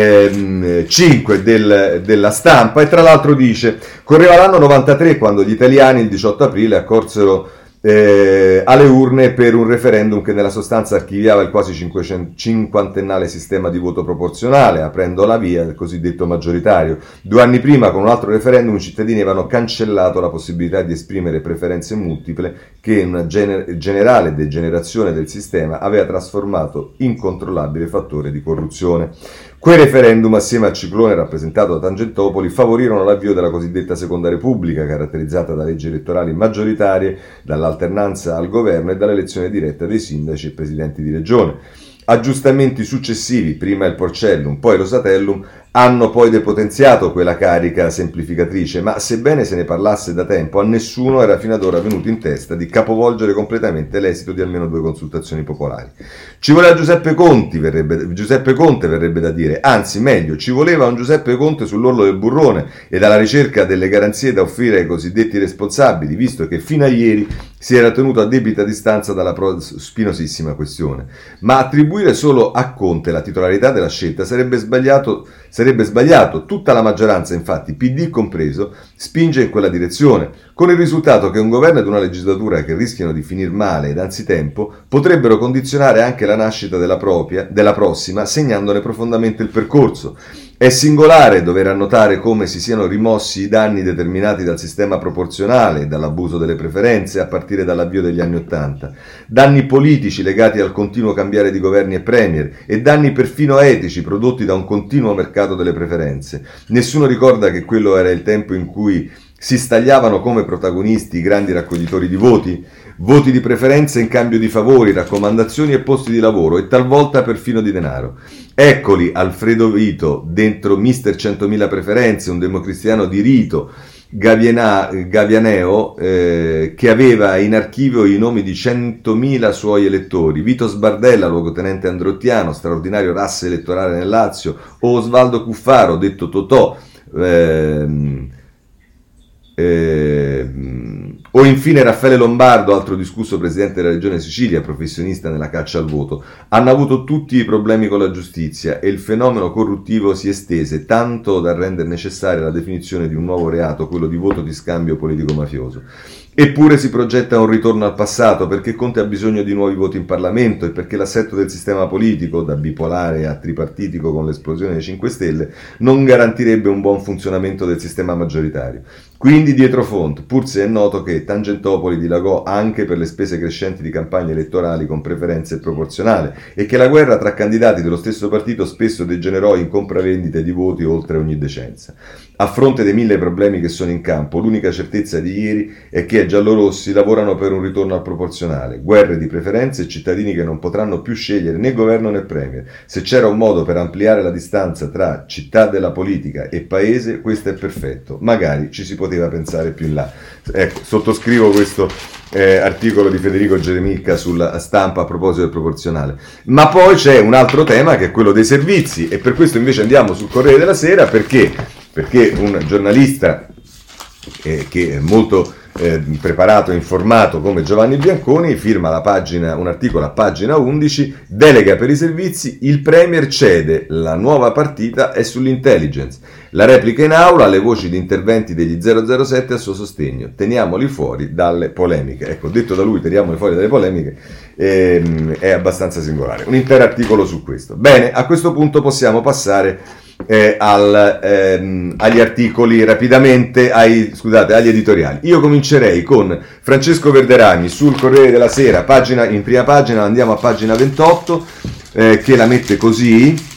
5 della Stampa, e tra l'altro dice: correva l'anno 93 quando gli italiani il 18 aprile accorsero alle urne per un referendum che nella sostanza archiviava il quasi cinquantennale sistema di voto proporzionale, aprendo la via del cosiddetto maggioritario. 2 anni prima, con un altro referendum, i cittadini avevano cancellato la possibilità di esprimere preferenze multiple che una generale degenerazione del sistema aveva trasformato incontrollabile fattore di corruzione. Quei referendum, assieme al ciclone rappresentato da Tangentopoli, favorirono l'avvio della cosiddetta Seconda Repubblica, caratterizzata da leggi elettorali maggioritarie, dall'alternanza al governo e dall'elezione diretta dei sindaci e presidenti di regione. Aggiustamenti successivi, prima il Porcellum, poi lo Satellum, hanno poi depotenziato quella carica semplificatrice, ma sebbene se ne parlasse da tempo, a nessuno era fino ad ora venuto in testa di capovolgere completamente l'esito di almeno 2 consultazioni popolari. Ci voleva Giuseppe Conte, verrebbe da dire, anzi meglio, ci voleva un Giuseppe Conte sull'orlo del burrone e dalla ricerca delle garanzie da offrire ai cosiddetti responsabili, visto che fino a ieri si era tenuto a debita distanza dalla spinosissima questione. Ma attribuire solo a Conte la titolarità della scelta sarebbe sbagliato. Tutta la maggioranza, infatti, PD compreso, spinge in quella direzione, con il risultato che un governo ed una legislatura che rischiano di finir male ed anzitempo potrebbero condizionare anche la nascita della prossima, segnandone profondamente il percorso. È singolare dover annotare come si siano rimossi i danni determinati dal sistema proporzionale e dall'abuso delle preferenze a partire dall'avvio degli anni '80, danni politici legati al continuo cambiare di governi e premier e danni perfino etici prodotti da un continuo mercato delle preferenze. Nessuno ricorda che quello era il tempo in cui si stagliavano come protagonisti i grandi raccoglitori di voti di preferenze in cambio di favori, raccomandazioni e posti di lavoro e talvolta perfino di denaro. Eccoli Alfredo Vito dentro Mister 100.000 preferenze, un democristiano di rito, Gavianeo, che aveva in archivio i nomi di 100.000 suoi elettori, Vito Sbardella, luogotenente androttiano, straordinario rasse elettorale nel Lazio, o Osvaldo Cuffaro, detto Totò, O infine Raffaele Lombardo, altro discusso presidente della Regione Sicilia, professionista nella caccia al voto. Hanno avuto tutti i problemi con la giustizia e il fenomeno corruttivo si estese tanto da rendere necessaria la definizione di un nuovo reato, quello di voto di scambio politico-mafioso. Eppure si progetta un ritorno al passato perché Conte ha bisogno di nuovi voti in Parlamento e perché l'assetto del sistema politico, da bipolare a tripartitico con l'esplosione dei 5 Stelle, non garantirebbe un buon funzionamento del sistema maggioritario. Quindi dietro Font, pur se è noto che Tangentopoli dilagò anche per le spese crescenti di campagne elettorali con preferenze proporzionale e che la guerra tra candidati dello stesso partito spesso degenerò in compravendite di voti oltre ogni decenza. A fronte dei 1000 problemi che sono in campo, l'unica certezza di ieri è che ai giallorossi lavorano per un ritorno al proporzionale, guerre di preferenze e cittadini che non potranno più scegliere né governo né premier. Se c'era un modo per ampliare la distanza tra città della politica e paese, questo è perfetto. Magari ci si poteva pensare più in là. Ecco, sottoscrivo questo articolo di Federico Geremicca sulla Stampa a proposito del proporzionale. Ma poi c'è un altro tema che è quello dei servizi e per questo invece andiamo sul Corriere della Sera perché un giornalista che è molto preparato e informato come Giovanni Bianconi firma un articolo a pagina 11, delega per i servizi, il Premier cede, la nuova partita è sull'intelligence. La replica in aula, le voci di interventi degli 007 a suo sostegno, teniamoli fuori dalle polemiche. Ecco, detto da lui, teniamoli fuori dalle polemiche, è abbastanza singolare. Un intero articolo su questo. Bene, a questo punto possiamo passare agli articoli rapidamente, agli editoriali. Io comincerei con Francesco Verderami sul Corriere della Sera, in prima pagina, andiamo a pagina 28, che la mette così.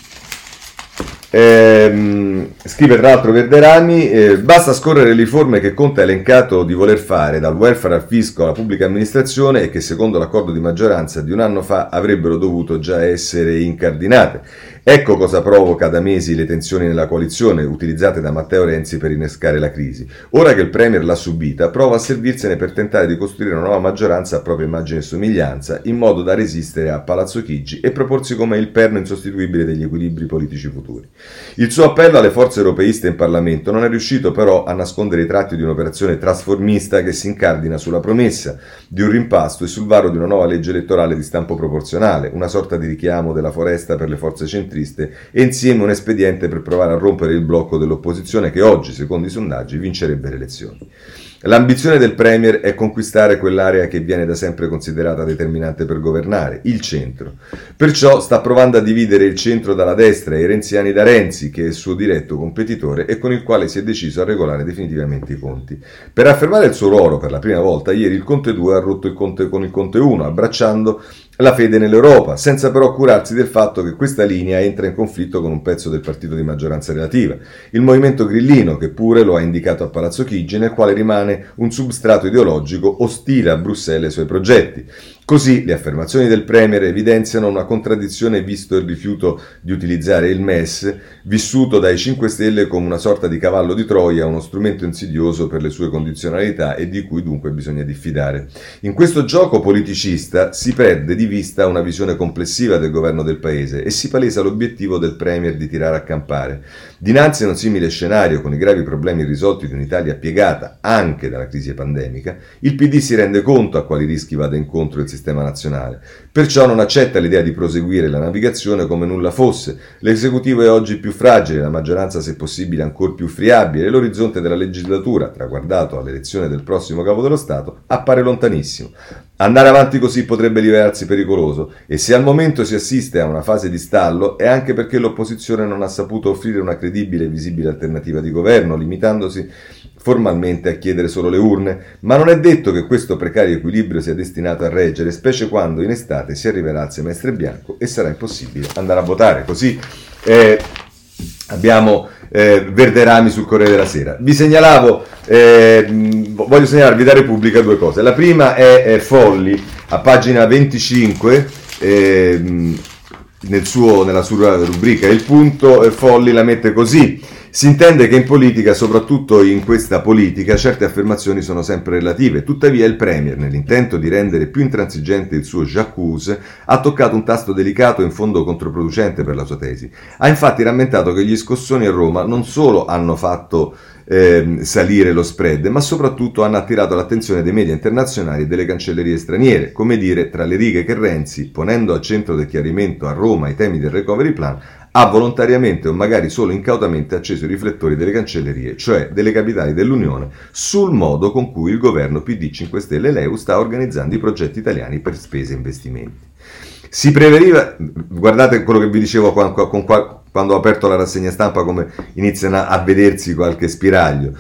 Scrive tra l'altro Verderami, basta scorrere le riforme che Conte ha elencato di voler fare, dal welfare al fisco alla pubblica amministrazione, e che secondo l'accordo di maggioranza di un anno fa avrebbero dovuto già essere incardinate. Ecco cosa provoca da mesi le tensioni nella coalizione utilizzate da Matteo Renzi per innescare la crisi. Ora che il Premier l'ha subita, prova a servirsene per tentare di costruire una nuova maggioranza a propria immagine e somiglianza, in modo da resistere a Palazzo Chigi e proporsi come il perno insostituibile degli equilibri politici futuri. Il suo appello alle forze europeiste in Parlamento non è riuscito però a nascondere i tratti di un'operazione trasformista che si incardina sulla promessa di un rimpasto e sul varo di una nuova legge elettorale di stampo proporzionale, una sorta di richiamo della foresta per le forze centriste e insieme un espediente per provare a rompere il blocco dell'opposizione che oggi, secondo i sondaggi, vincerebbe le elezioni. L'ambizione del Premier è conquistare quell'area che viene da sempre considerata determinante per governare, il centro. Perciò sta provando a dividere il centro dalla destra e i renziani da Renzi, che è il suo diretto competitore e con il quale si è deciso a regolare definitivamente i conti. Per affermare il suo ruolo per la prima volta, ieri il Conte 2 ha rotto il Conte con il Conte 1, abbracciando la fede nell'Europa, senza però curarsi del fatto che questa linea entra in conflitto con un pezzo del partito di maggioranza relativa, il movimento grillino, che pure lo ha indicato a Palazzo Chigi, nel quale rimane un substrato ideologico ostile a Bruxelles e ai suoi progetti. Così le affermazioni del Premier evidenziano una contraddizione visto il rifiuto di utilizzare il MES, vissuto dai 5 Stelle come una sorta di cavallo di Troia, uno strumento insidioso per le sue condizionalità e di cui dunque bisogna diffidare. In questo gioco politicista si perde di vista una visione complessiva del governo del Paese e si palesa l'obiettivo del Premier di tirare a campare. Dinanzi a un simile scenario, con i gravi problemi irrisolti di un'Italia piegata anche dalla crisi pandemica, il PD si rende conto a quali rischi vada incontro il sistema nazionale. Perciò non accetta l'idea di proseguire la navigazione come nulla fosse. L'esecutivo è oggi più fragile, la maggioranza se possibile ancor più friabile e l'orizzonte della legislatura, traguardato all'elezione del prossimo capo dello Stato, appare lontanissimo. Andare avanti così potrebbe rivelarsi pericoloso e se al momento si assiste a una fase di stallo è anche perché l'opposizione non ha saputo offrire una credibile e visibile alternativa di governo, limitandosi formalmente a chiedere solo le urne, ma non è detto che questo precario equilibrio sia destinato a reggere, specie quando in estate si arriverà al semestre bianco e sarà impossibile andare a votare. Così abbiamo Verderami sul Corriere della Sera. Vi segnalavo, voglio segnalarvi da Repubblica due cose. La prima è Folli, a pagina 25, nella sua rubrica Il Punto, Folli la mette così. Si intende che in politica, soprattutto in questa politica, certe affermazioni sono sempre relative. Tuttavia il Premier, nell'intento di rendere più intransigente il suo j'accuse, ha toccato un tasto delicato e in fondo controproducente per la sua tesi. Ha infatti rammentato che gli scossoni a Roma non solo hanno fatto salire lo spread, ma soprattutto hanno attirato l'attenzione dei media internazionali e delle cancellerie straniere, come dire tra le righe che Renzi, ponendo al centro del chiarimento a Roma i temi del recovery plan, ha volontariamente o magari solo incautamente acceso i riflettori delle cancellerie, cioè delle capitali dell'Unione, sul modo con cui il governo PD 5 Stelle e l'EU sta organizzando i progetti italiani per spese e investimenti. Si preveniva, guardate quello che vi dicevo quando ho aperto la rassegna stampa, come iniziano a vedersi qualche spiraglio.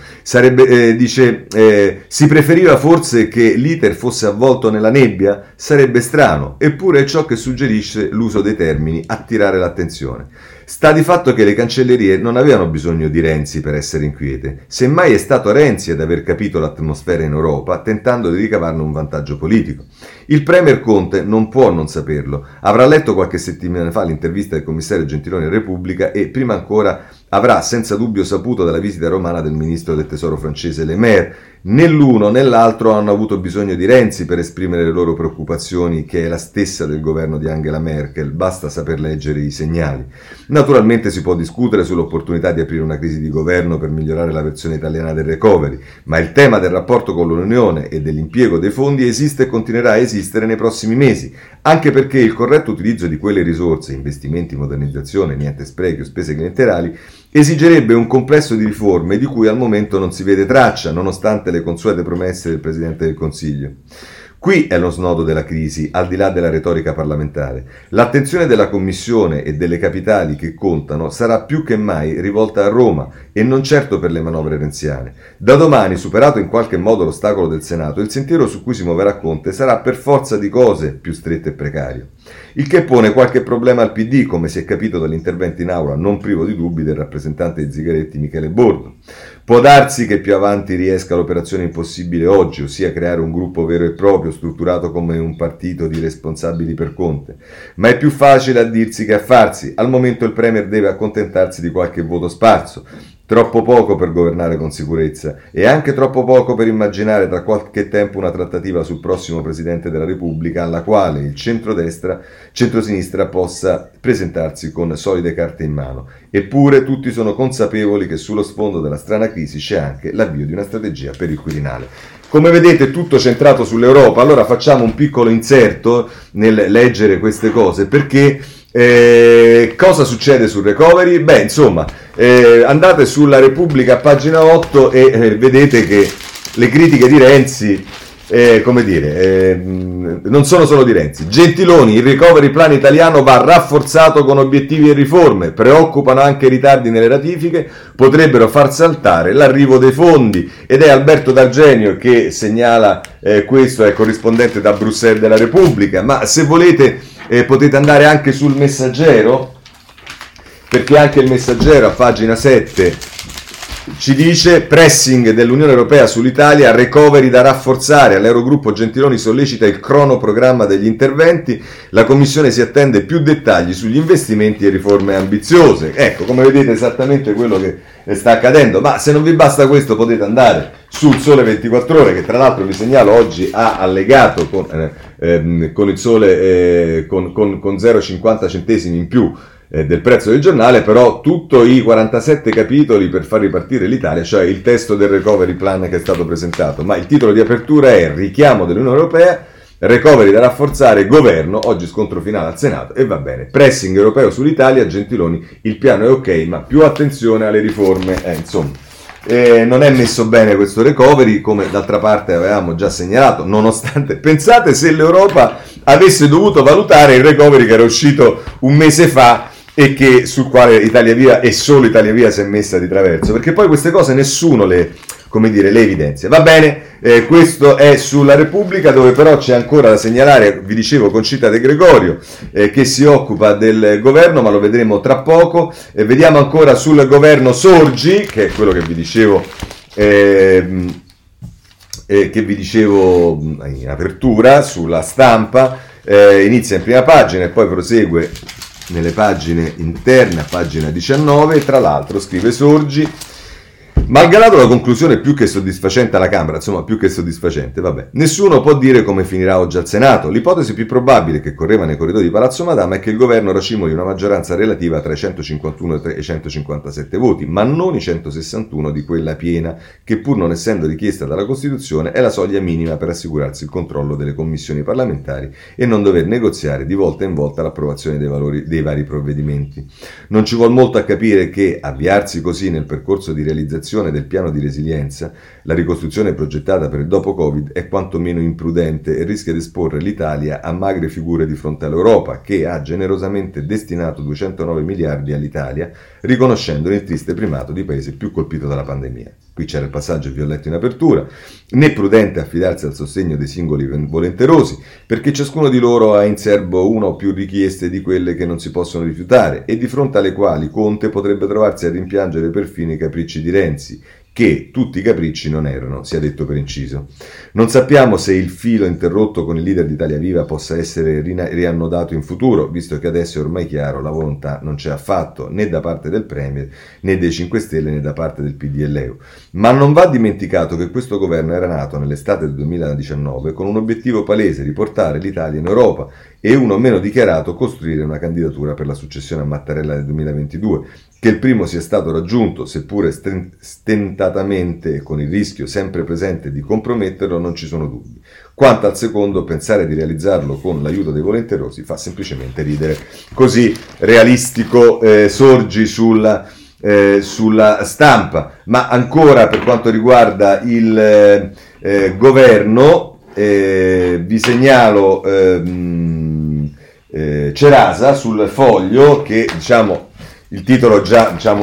Si preferiva forse che l'iter fosse avvolto nella nebbia? Sarebbe strano, eppure è ciò che suggerisce l'uso dei termini attirare l'attenzione. Sta di fatto che le cancellerie non avevano bisogno di Renzi per essere inquiete, semmai è stato Renzi ad aver capito l'atmosfera in Europa, tentando di ricavarne un vantaggio politico. Il premier Conte non può non saperlo, avrà letto qualche settimana fa l'intervista del commissario Gentiloni a Repubblica e prima ancora avrà senza dubbio saputo della visita romana del ministro del tesoro francese Le Maire. Né l'uno né l'altro hanno avuto bisogno di Renzi per esprimere le loro preoccupazioni, che è la stessa del governo di Angela Merkel, basta saper leggere i segnali. Naturalmente si può discutere sull'opportunità di aprire una crisi di governo per migliorare la versione italiana del recovery, ma il tema del rapporto con l'Unione e dell'impiego dei fondi esiste e continuerà a esistere nei prossimi mesi, anche perché il corretto utilizzo di quelle risorse, investimenti, modernizzazione, niente sprechi o spese clientelari, esigerebbe un complesso di riforme di cui al momento non si vede traccia, nonostante le consuete promesse del Presidente del Consiglio. Qui è lo snodo della crisi, al di là della retorica parlamentare. L'attenzione della Commissione e delle capitali che contano sarà più che mai rivolta a Roma e non certo per le manovre renziane. Da domani, superato in qualche modo l'ostacolo del Senato, il sentiero su cui si muoverà Conte sarà per forza di cose più stretto e precario. Il che pone qualche problema al PD, come si è capito dall'intervento in aula non privo di dubbi del rappresentante di Zingaretti Michele Bordo. Può darsi che più avanti riesca l'operazione impossibile oggi, ossia creare un gruppo vero e proprio strutturato come un partito di responsabili per Conte, ma è più facile a dirsi che a farsi. Al momento il Premier deve accontentarsi di qualche voto sparso, troppo poco per governare con sicurezza e anche troppo poco per immaginare tra qualche tempo una trattativa sul prossimo Presidente della Repubblica alla quale il centrosinistra possa presentarsi con solide carte in mano. Eppure tutti sono consapevoli che sullo sfondo della strana crisi c'è anche l'avvio di una strategia per il Quirinale. Come vedete tutto centrato sull'Europa, allora facciamo un piccolo inserto nel leggere queste cose perché cosa succede sul recovery? Beh, insomma, andate sulla Repubblica a pagina 8 e vedete che le critiche di Renzi, non sono solo di Renzi. Gentiloni, il recovery plan italiano va rafforzato con obiettivi e riforme, preoccupano anche i ritardi nelle ratifiche, potrebbero far saltare l'arrivo dei fondi. Ed è Alberto D'Argenio che segnala questo, è corrispondente da Bruxelles della Repubblica, ma se volete potete andare anche sul Messaggero, perché anche il Messaggero a pagina 7 ci dice: pressing dell'Unione Europea sull'Italia, recovery da rafforzare, all'Eurogruppo Gentiloni sollecita il cronoprogramma degli interventi, la Commissione si attende più dettagli sugli investimenti e riforme ambiziose. Ecco, come vedete esattamente quello che sta accadendo, ma se non vi basta questo potete andare sul Sole 24 Ore, che tra l'altro vi segnalo oggi ha allegato con il Sole con 0,50 centesimi in più del prezzo del giornale, però tutti i 47 capitoli per far ripartire l'Italia, cioè il testo del recovery plan che è stato presentato, ma il titolo di apertura è richiamo dell'Unione Europea, recovery da rafforzare, governo, oggi scontro finale al Senato e va bene, pressing europeo sull'Italia, Gentiloni, il piano è ok ma più attenzione alle riforme, insomma. Non è messo bene questo recovery, come d'altra parte avevamo già segnalato, nonostante, pensate se l'Europa avesse dovuto valutare il recovery che era uscito un mese fa e che sul quale Italia Viva e solo Italia Viva si è messa di traverso, perché poi queste cose nessuno le evidenzia. Va bene, questo è sulla Repubblica, dove però c'è ancora da segnalare, vi dicevo, Concita De Gregorio, che si occupa del governo, ma lo vedremo tra poco. Vediamo ancora sul governo Sorgi, che è quello che vi dicevo in apertura, sulla Stampa, inizia in prima pagina e poi prosegue nelle pagine interne, a pagina 19, tra l'altro scrive Sorgi: malgrado la conclusione più che soddisfacente alla Camera, insomma più che soddisfacente, vabbè, nessuno può dire come finirà oggi al Senato. L'ipotesi più probabile che correva nei corridoi di Palazzo Madama è che il governo racimoli una maggioranza relativa tra i 151 e i 157 voti, ma non i 161 di quella piena, che pur non essendo richiesta dalla Costituzione è la soglia minima per assicurarsi il controllo delle commissioni parlamentari e non dover negoziare di volta in volta l'approvazione dei vari provvedimenti. Non ci vuol molto a capire che avviarsi così nel percorso di realizzazione del piano di resilienza, la ricostruzione progettata per il dopo Covid, è quantomeno imprudente e rischia di esporre l'Italia a magre figure di fronte all'Europa, che ha generosamente destinato 209 miliardi all'Italia, riconoscendone il triste primato di paese più colpito dalla pandemia. Qui c'era il passaggio che vi ho letto in apertura: né prudente affidarsi al sostegno dei singoli volenterosi, perché ciascuno di loro ha in serbo una o più richieste di quelle che non si possono rifiutare e di fronte alle quali Conte potrebbe trovarsi a rimpiangere perfino i capricci di Renzi, che tutti i capricci non erano, sia detto per inciso. Non sappiamo se il filo interrotto con il leader di Italia Viva possa essere riannodato in futuro, visto che adesso è ormai chiaro la volontà non c'è affatto, né da parte del Premier, né dei 5 Stelle, né da parte del PD e Leu. Ma non va dimenticato che questo governo era nato nell'estate del 2019 con un obiettivo palese: riportare l'Italia in Europa, e uno meno dichiarato: costruire una candidatura per la successione a Mattarella nel 2022. Che il primo sia stato raggiunto, seppure stentatamente e con il rischio sempre presente di comprometterlo, non ci sono dubbi. Quanto al secondo, pensare di realizzarlo con l'aiuto dei volenterosi fa semplicemente ridere. Così realistico Sorgi sulla Stampa. Ma ancora per quanto riguarda il governo, vi segnalo Cerasa sul Foglio, che diciamo il titolo già diciamo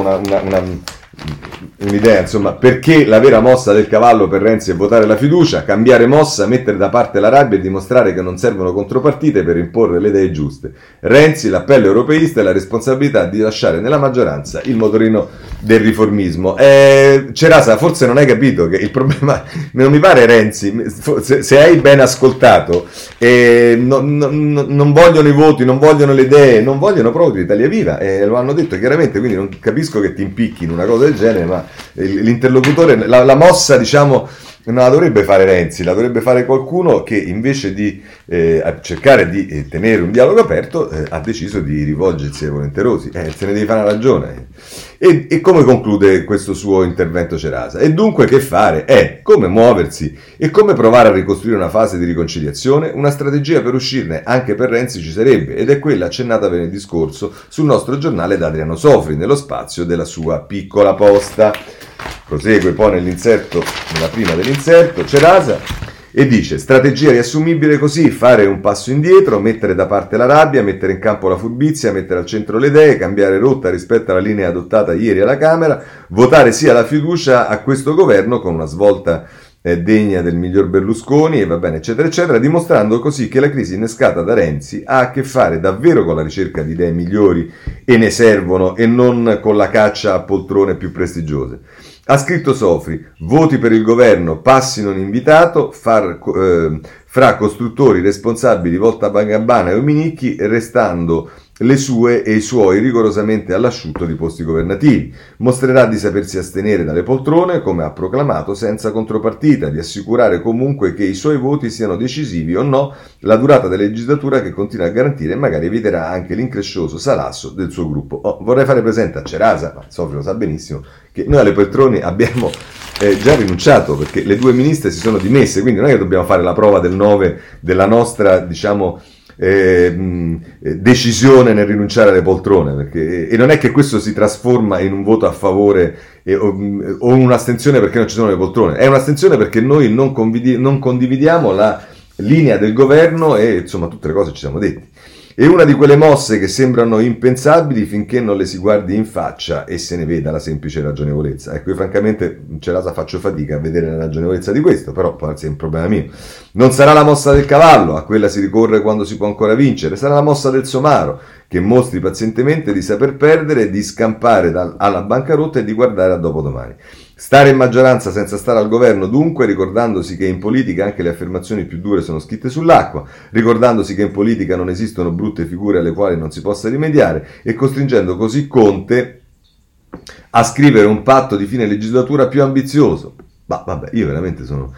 un'idea, insomma: perché la vera mossa del cavallo per Renzi è votare la fiducia, cambiare mossa, mettere da parte la rabbia e dimostrare che non servono contropartite per imporre le idee giuste. Renzi, l'appello europeista e la responsabilità di lasciare nella maggioranza il motorino del riformismo. Cerasa, forse non hai capito che il problema, non mi pare Renzi, se hai ben ascoltato, non vogliono i voti, non vogliono le idee, non vogliono proprio Italia Viva, lo hanno detto chiaramente, quindi non capisco che ti impicchi in una cosa del genere, ma l'interlocutore, la mossa diciamo non la dovrebbe fare Renzi, la dovrebbe fare qualcuno che invece di cercare di tenere un dialogo aperto ha deciso di rivolgersi ai volenterosi. Se ne devi fare una ragione. E come conclude questo suo intervento Cerasa? E dunque che fare? Come muoversi e come provare a ricostruire una fase di riconciliazione? Una strategia per uscirne anche per Renzi ci sarebbe, ed è quella accennata venerdì scorso sul nostro giornale da Adriano Sofri nello spazio della sua piccola posta. Prosegue poi nell'inserto, nella prima dell'inserto, Cerasa, e dice: strategia riassumibile così: fare un passo indietro, mettere da parte la rabbia, mettere in campo la furbizia, mettere al centro le idee, cambiare rotta rispetto alla linea adottata ieri alla Camera, votare sì alla fiducia a questo governo con una svolta degna del miglior Berlusconi, e va bene, eccetera, eccetera, dimostrando così che la crisi innescata da Renzi ha a che fare davvero con la ricerca di idee migliori, e ne servono, e non con la caccia a poltrone più prestigiose. Ha scritto Sofri: voti per il governo, passi non invitato, fra costruttori responsabili Volta Gabbana e Ominicchi, restando le sue e i suoi rigorosamente all'asciutto di posti governativi. Mostrerà di sapersi astenere dalle poltrone, come ha proclamato, senza contropartita, di assicurare comunque che i suoi voti siano decisivi o no la durata della legislatura che continua a garantire, e magari eviterà anche l'increscioso salasso del suo gruppo. Vorrei fare presente a Cerasa, ma Sofri lo sa benissimo, che noi alle poltrone abbiamo già rinunciato, perché le due ministre si sono dimesse, quindi non è che dobbiamo fare la prova del 9 della nostra, diciamo, decisione nel rinunciare alle poltrone, perché, e non è che questo si trasforma in un voto a favore o un'astensione perché non ci sono le poltrone, è un'astensione perché noi non condividiamo la linea del governo, e insomma tutte le cose ci siamo detti. È una di quelle mosse che sembrano impensabili finché non le si guardi in faccia e se ne veda la semplice ragionevolezza. Ecco, io francamente Cerasa faccio fatica a vedere la ragionevolezza di questo, però può essere un problema mio. Non sarà la mossa del cavallo, a quella si ricorre quando si può ancora vincere, sarà la mossa del somaro, che mostri pazientemente di saper perdere, di scampare alla bancarotta e di guardare a dopodomani. Stare in maggioranza senza stare al governo, dunque, ricordandosi che in politica anche le affermazioni più dure sono scritte sull'acqua, ricordandosi che in politica non esistono brutte figure alle quali non si possa rimediare e costringendo così Conte a scrivere un patto di fine legislatura più ambizioso. Ma vabbè, io veramente sono...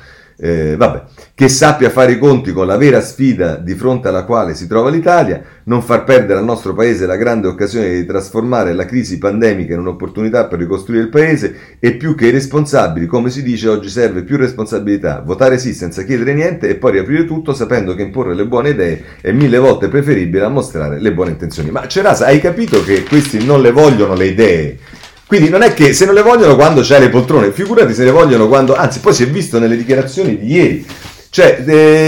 che sappia fare i conti con la vera sfida di fronte alla quale si trova l'Italia, non far perdere al nostro paese la grande occasione di trasformare la crisi pandemica in un'opportunità per ricostruire il paese e più che i responsabili, come si dice oggi serve più responsabilità, votare sì senza chiedere niente e poi riaprire tutto sapendo che imporre le buone idee è 1000 volte preferibile a mostrare le buone intenzioni. Ma Cerasa, hai capito che questi non le vogliono le idee? Quindi non è che se non le vogliono quando c'hai le poltrone, figurati se le vogliono quando, anzi poi si è visto nelle dichiarazioni di ieri, cioè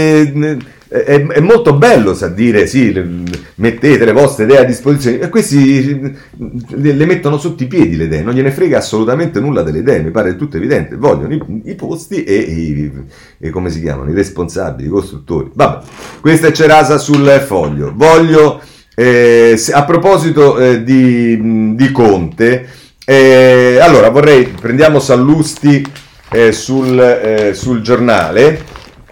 è molto bello sa dire sì, mettete le vostre idee a disposizione e questi le mettono sotto i piedi le idee, non gliene frega assolutamente nulla delle idee, mi pare tutto evidente, vogliono i posti e come si chiamano, i responsabili, i costruttori. Vabbè, questa è Cerasa sul Foglio. Voglio, a proposito di Conte, allora prendiamo Sallusti sul Giornale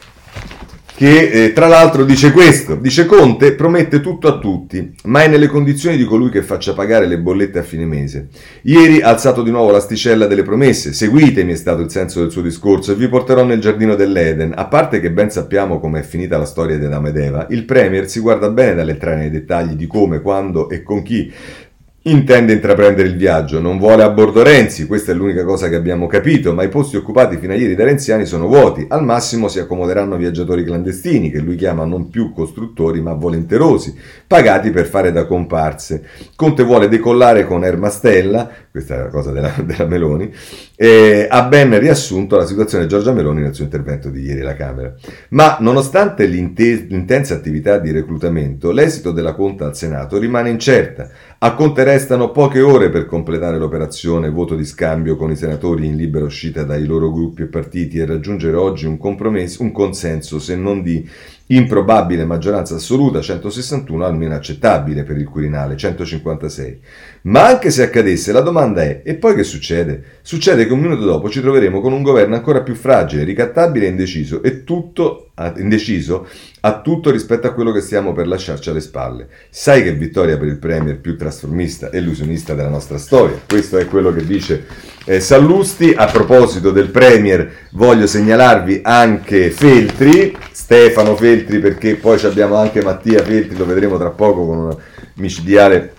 che tra l'altro dice questo, dice Conte promette tutto a tutti, ma è nelle condizioni di colui che faccia pagare le bollette a fine mese. Ieri ha alzato di nuovo l'asticella delle promesse, seguitemi è stato il senso del suo discorso e vi porterò nel giardino dell'Eden. A parte che ben sappiamo come è finita la storia di Adamo ed Eva, il Premier si guarda bene dall'entrare nei dettagli di come, quando e con chi intende intraprendere il viaggio, non vuole a bordo Renzi, questa è l'unica cosa che abbiamo capito, ma i posti occupati fino a ieri dai renziani sono vuoti, al massimo si accomoderanno viaggiatori clandestini, che lui chiama non più costruttori ma volenterosi, pagati per fare da comparse. Conte vuole decollare con Air Mastella, questa è la cosa della Meloni, ha ben riassunto la situazione Giorgia Meloni nel suo intervento di ieri alla Camera. Ma nonostante l'intensa attività di reclutamento, l'esito della conta al Senato rimane incerta. A Conte restano poche ore per completare l'operazione voto di scambio con i senatori in libera uscita dai loro gruppi e partiti e raggiungere oggi un consenso, se non di improbabile maggioranza assoluta, 161, almeno accettabile per il Quirinale, 156. Ma anche se accadesse, la domanda è, e poi che succede? Succede che un minuto dopo ci troveremo con un governo ancora più fragile, ricattabile e indeciso, indeciso a tutto rispetto a quello che stiamo per lasciarci alle spalle. Sai che vittoria per il Premier più trasformista e illusionista della nostra storia? Questo è quello che dice Sallusti. A proposito del Premier voglio segnalarvi anche Feltri, Stefano Feltri, perché poi abbiamo anche Mattia Feltri, lo vedremo tra poco con una micidiale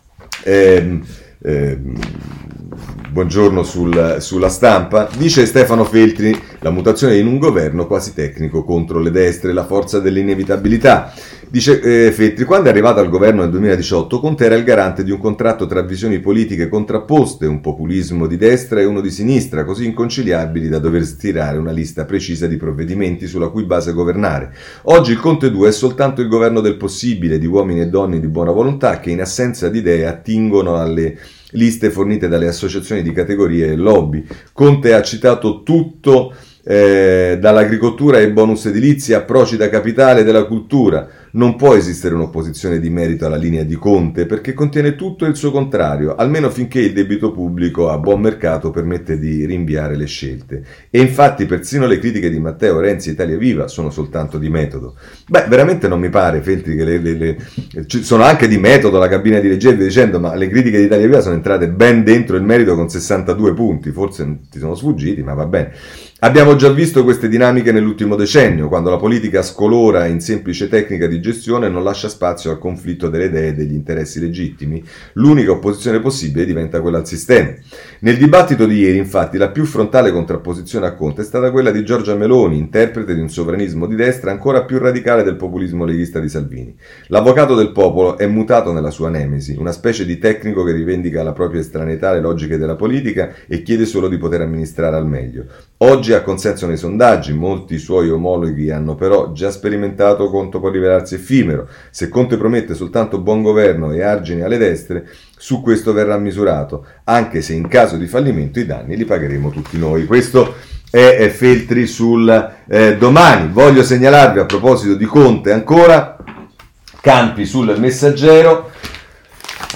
buongiorno sulla Stampa. Dice Stefano Feltri, la mutazione in un governo quasi tecnico contro le destre, la forza dell'inevitabilità. Dice Feltri, quando è arrivato al governo nel 2018 Conte era il garante di un contratto tra visioni politiche contrapposte, un populismo di destra e uno di sinistra, così inconciliabili da dover stirare una lista precisa di provvedimenti sulla cui base governare. Oggi il Conte 2 è soltanto il governo del possibile, di uomini e donne di buona volontà che in assenza di idee attingono alle liste fornite dalle associazioni di categorie e lobby. Conte ha citato tutto, dall'agricoltura ai bonus edilizi a Procida Capitale della cultura. Non può esistere un'opposizione di merito alla linea di Conte perché contiene tutto il suo contrario, almeno finché il debito pubblico a buon mercato permette di rinviare le scelte. E infatti persino le critiche di Matteo Renzi e Italia Viva sono soltanto di metodo. Beh, veramente non mi pare, Feltri, che sono anche di metodo, la cabina di regia dicendo, ma le critiche di Italia Viva sono entrate ben dentro il merito con 62 punti, forse ti sono sfuggiti, ma va bene. Abbiamo già visto queste dinamiche nell'ultimo decennio, quando la politica scolora in semplice tecnica di gestione e non lascia spazio al conflitto delle idee e degli interessi legittimi, l'unica opposizione possibile diventa quella al sistema. Nel dibattito di ieri, infatti, la più frontale contrapposizione a Conte è stata quella di Giorgia Meloni, interprete di un sovranismo di destra ancora più radicale del populismo leghista di Salvini. L'avvocato del popolo è mutato nella sua nemesi, una specie di tecnico che rivendica la propria estraneità alle logiche della politica e chiede solo di poter amministrare al meglio. Oggi ha consenso nei sondaggi, molti suoi omologhi hanno però già sperimentato quanto può rivelarsi effimero. Se Conte promette soltanto buon governo e argini alle destre, su questo verrà misurato, anche se in caso di fallimento i danni li pagheremo tutti noi. Questo è Feltri sul Domani. Voglio segnalarvi a proposito di Conte ancora, Campi sul Messaggero,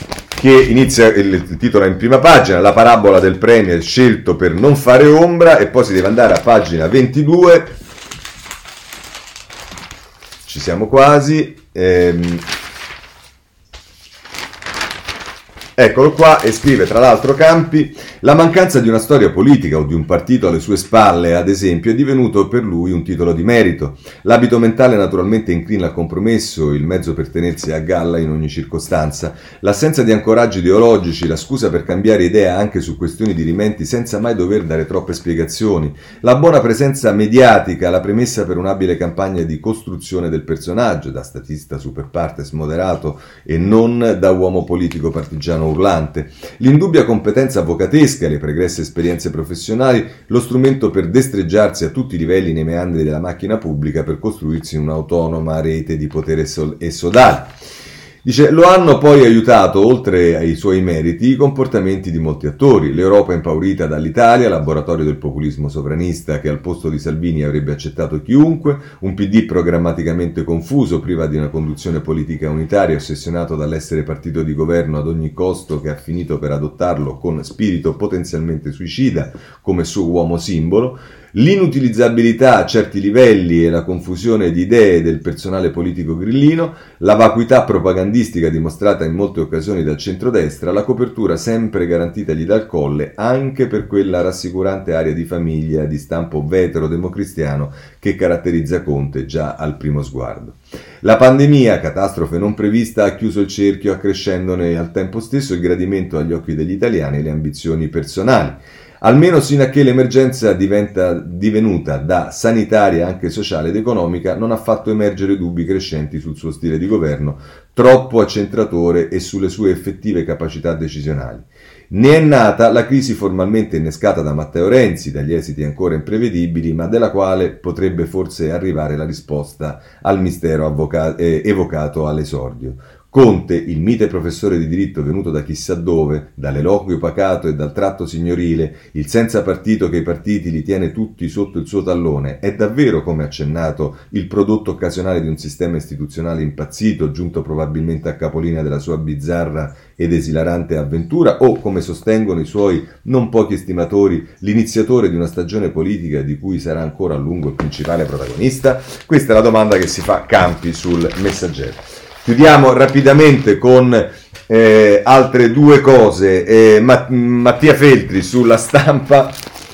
che inizia, il titolo è in prima pagina, la parabola del premier scelto per non fare ombra, e poi si deve andare a pagina 22, ci siamo quasi, eccolo qua, e scrive tra l'altro Campi: la mancanza di una storia politica o di un partito alle sue spalle, ad esempio, è divenuto per lui un titolo di merito. L'abito mentale naturalmente inclina al compromesso, il mezzo per tenersi a galla in ogni circostanza. L'assenza di ancoraggi ideologici, la scusa per cambiare idea anche su questioni dirimenti senza mai dover dare troppe spiegazioni, la buona presenza mediatica, la premessa per un'abile campagna di costruzione del personaggio, da statista super partes moderato e non da uomo politico partigiano urlante, l'indubbia competenza avvocatesca, le pregresse esperienze professionali, lo strumento per destreggiarsi a tutti i livelli nei meandri della macchina pubblica per costruirsi un'autonoma rete di potere e sodali. Dice, lo hanno poi aiutato, oltre ai suoi meriti, i comportamenti di molti attori. L'Europa impaurita dall'Italia, laboratorio del populismo sovranista che al posto di Salvini avrebbe accettato chiunque, un PD programmaticamente confuso, priva di una conduzione politica unitaria, ossessionato dall'essere partito di governo ad ogni costo, che ha finito per adottarlo con spirito potenzialmente suicida come suo uomo simbolo, l'inutilizzabilità a certi livelli e la confusione di idee del personale politico grillino, la vacuità propagandistica dimostrata in molte occasioni dal centrodestra, la copertura sempre garantitagli dal Colle anche per quella rassicurante area di famiglia di stampo vetero-democristiano che caratterizza Conte già al primo sguardo. La pandemia, catastrofe non prevista, ha chiuso il cerchio accrescendone al tempo stesso il gradimento agli occhi degli italiani e le ambizioni personali. Almeno sino a che l'emergenza divenuta da sanitaria anche sociale ed economica non ha fatto emergere dubbi crescenti sul suo stile di governo, troppo accentratore, e sulle sue effettive capacità decisionali. Ne è nata la crisi formalmente innescata da Matteo Renzi, dagli esiti ancora imprevedibili, ma della quale potrebbe forse arrivare la risposta al mistero evocato all'esordio. Conte, il mite professore di diritto venuto da chissà dove, dall'eloquio pacato e dal tratto signorile, il senza partito che i partiti li tiene tutti sotto il suo tallone, è davvero, come accennato, il prodotto occasionale di un sistema istituzionale impazzito, giunto probabilmente a capolinea della sua bizzarra ed esilarante avventura, o, come sostengono i suoi non pochi estimatori, l'iniziatore di una stagione politica di cui sarà ancora a lungo il principale protagonista? Questa è la domanda che si fa Campi sul Messaggero. Chiudiamo rapidamente con altre due cose. Mattia Feltri sulla Stampa,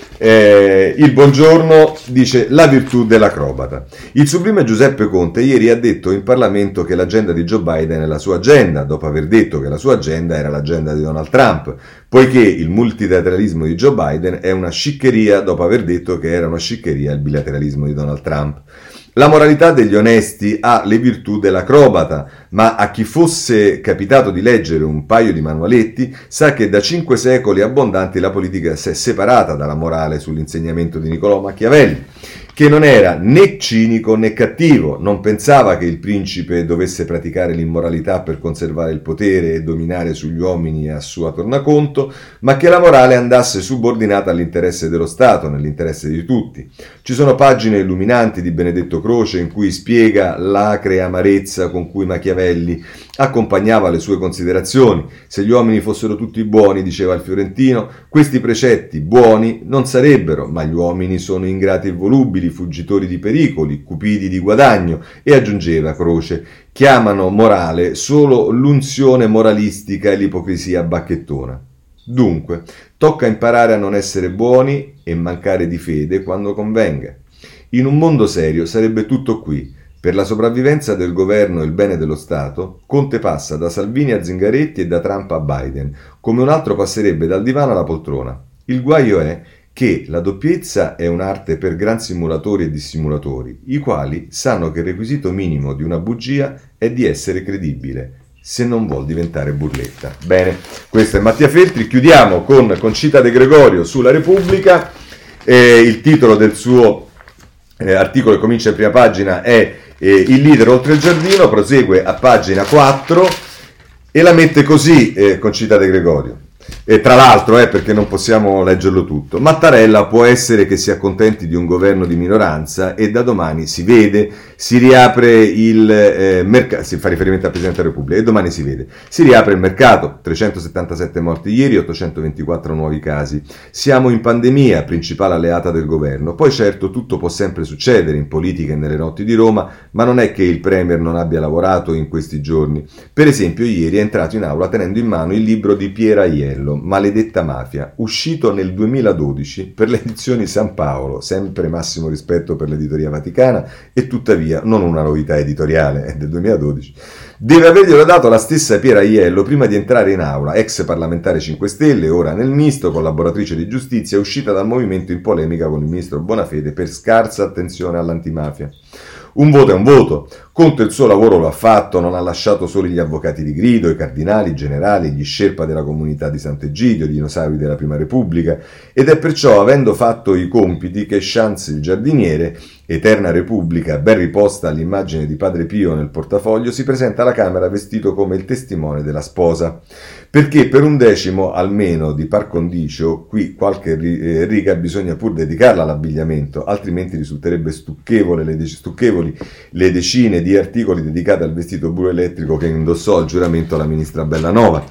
il buongiorno, dice la virtù dell'acrobata. Il sublime Giuseppe Conte ieri ha detto in Parlamento che l'agenda di Joe Biden è la sua agenda, dopo aver detto che la sua agenda era l'agenda di Donald Trump, poiché il multilateralismo di Joe Biden è una sciccheria, dopo aver detto che era una sciccheria il bilateralismo di Donald Trump. La moralità degli onesti ha le virtù dell'acrobata, ma a chi fosse capitato di leggere un paio di manualetti sa che da 5 secoli abbondanti la politica si è separata dalla morale sull'insegnamento di Niccolò Machiavelli, che non era né cinico né cattivo, non pensava che il principe dovesse praticare l'immoralità per conservare il potere e dominare sugli uomini a sua tornaconto, ma che la morale andasse subordinata all'interesse dello Stato, nell'interesse di tutti. Ci sono pagine illuminanti di Benedetto Croce in cui spiega l'acre amarezza con cui Machiavelli accompagnava le sue considerazioni. Se gli uomini fossero tutti buoni, diceva il fiorentino, questi precetti buoni non sarebbero, ma gli uomini sono ingrati e volubili, fuggitori di pericoli, cupidi di guadagno, e aggiungeva Croce, chiamano morale solo l'unzione moralistica e l'ipocrisia bacchettona. Dunque, tocca imparare a non essere buoni e mancare di fede quando convenga. In un mondo serio sarebbe tutto qui. Per la sopravvivenza del governo e il bene dello Stato, Conte passa da Salvini a Zingaretti e da Trump a Biden, come un altro passerebbe dal divano alla poltrona. Il guaio è che la doppiezza è un'arte per gran simulatori e dissimulatori, i quali sanno che il requisito minimo di una bugia è di essere credibile, se non vuol diventare burletta. Bene, questo è Mattia Feltri. Chiudiamo con Concita De Gregorio sulla Repubblica. Il titolo del suo articolo che comincia in prima pagina è Il leader oltre il giardino, prosegue a pagina 4 e la mette così Concita De Gregorio. E tra l'altro, perché non possiamo leggerlo tutto, Mattarella può essere che si accontenti di un governo di minoranza e da domani si vede, si riapre il mercato, si fa riferimento al Presidente della Repubblica, e domani si vede, si riapre il mercato, 377 morti ieri, 824 nuovi casi, siamo in pandemia, principale alleata del governo, poi certo tutto può sempre succedere in politica e nelle notti di Roma, ma non è che il Premier non abbia lavorato in questi giorni. Per esempio ieri è entrato in aula tenendo in mano il libro di Piera Aiello, Maledetta mafia, uscito nel 2012 per le edizioni San Paolo, sempre massimo rispetto per l'editoria vaticana e tuttavia non una novità editoriale, è del 2012. Deve averglielo dato la stessa Piera Aiello prima di entrare in aula, ex parlamentare 5 Stelle, ora nel misto, collaboratrice di giustizia, uscita dal movimento in polemica con il ministro Bonafede per scarsa attenzione all'antimafia. Un voto è un voto. Conte il suo lavoro lo ha fatto, non ha lasciato soli gli avvocati di grido, i cardinali, i generali, gli sherpa della comunità di Sant'Egidio, i dinosauri della Prima Repubblica, ed è perciò, avendo fatto i compiti, che Schanz il giardiniere, Eterna Repubblica, ben riposta all'immagine di Padre Pio nel portafoglio, si presenta alla Camera vestito come il testimone della sposa. Perché per un decimo almeno di par condicio, qui qualche riga bisogna pur dedicarla all'abbigliamento, altrimenti risulterebbe stucchevoli le decine di articoli dedicati al vestito blu elettrico che indossò al giuramento la ministra Bellanova.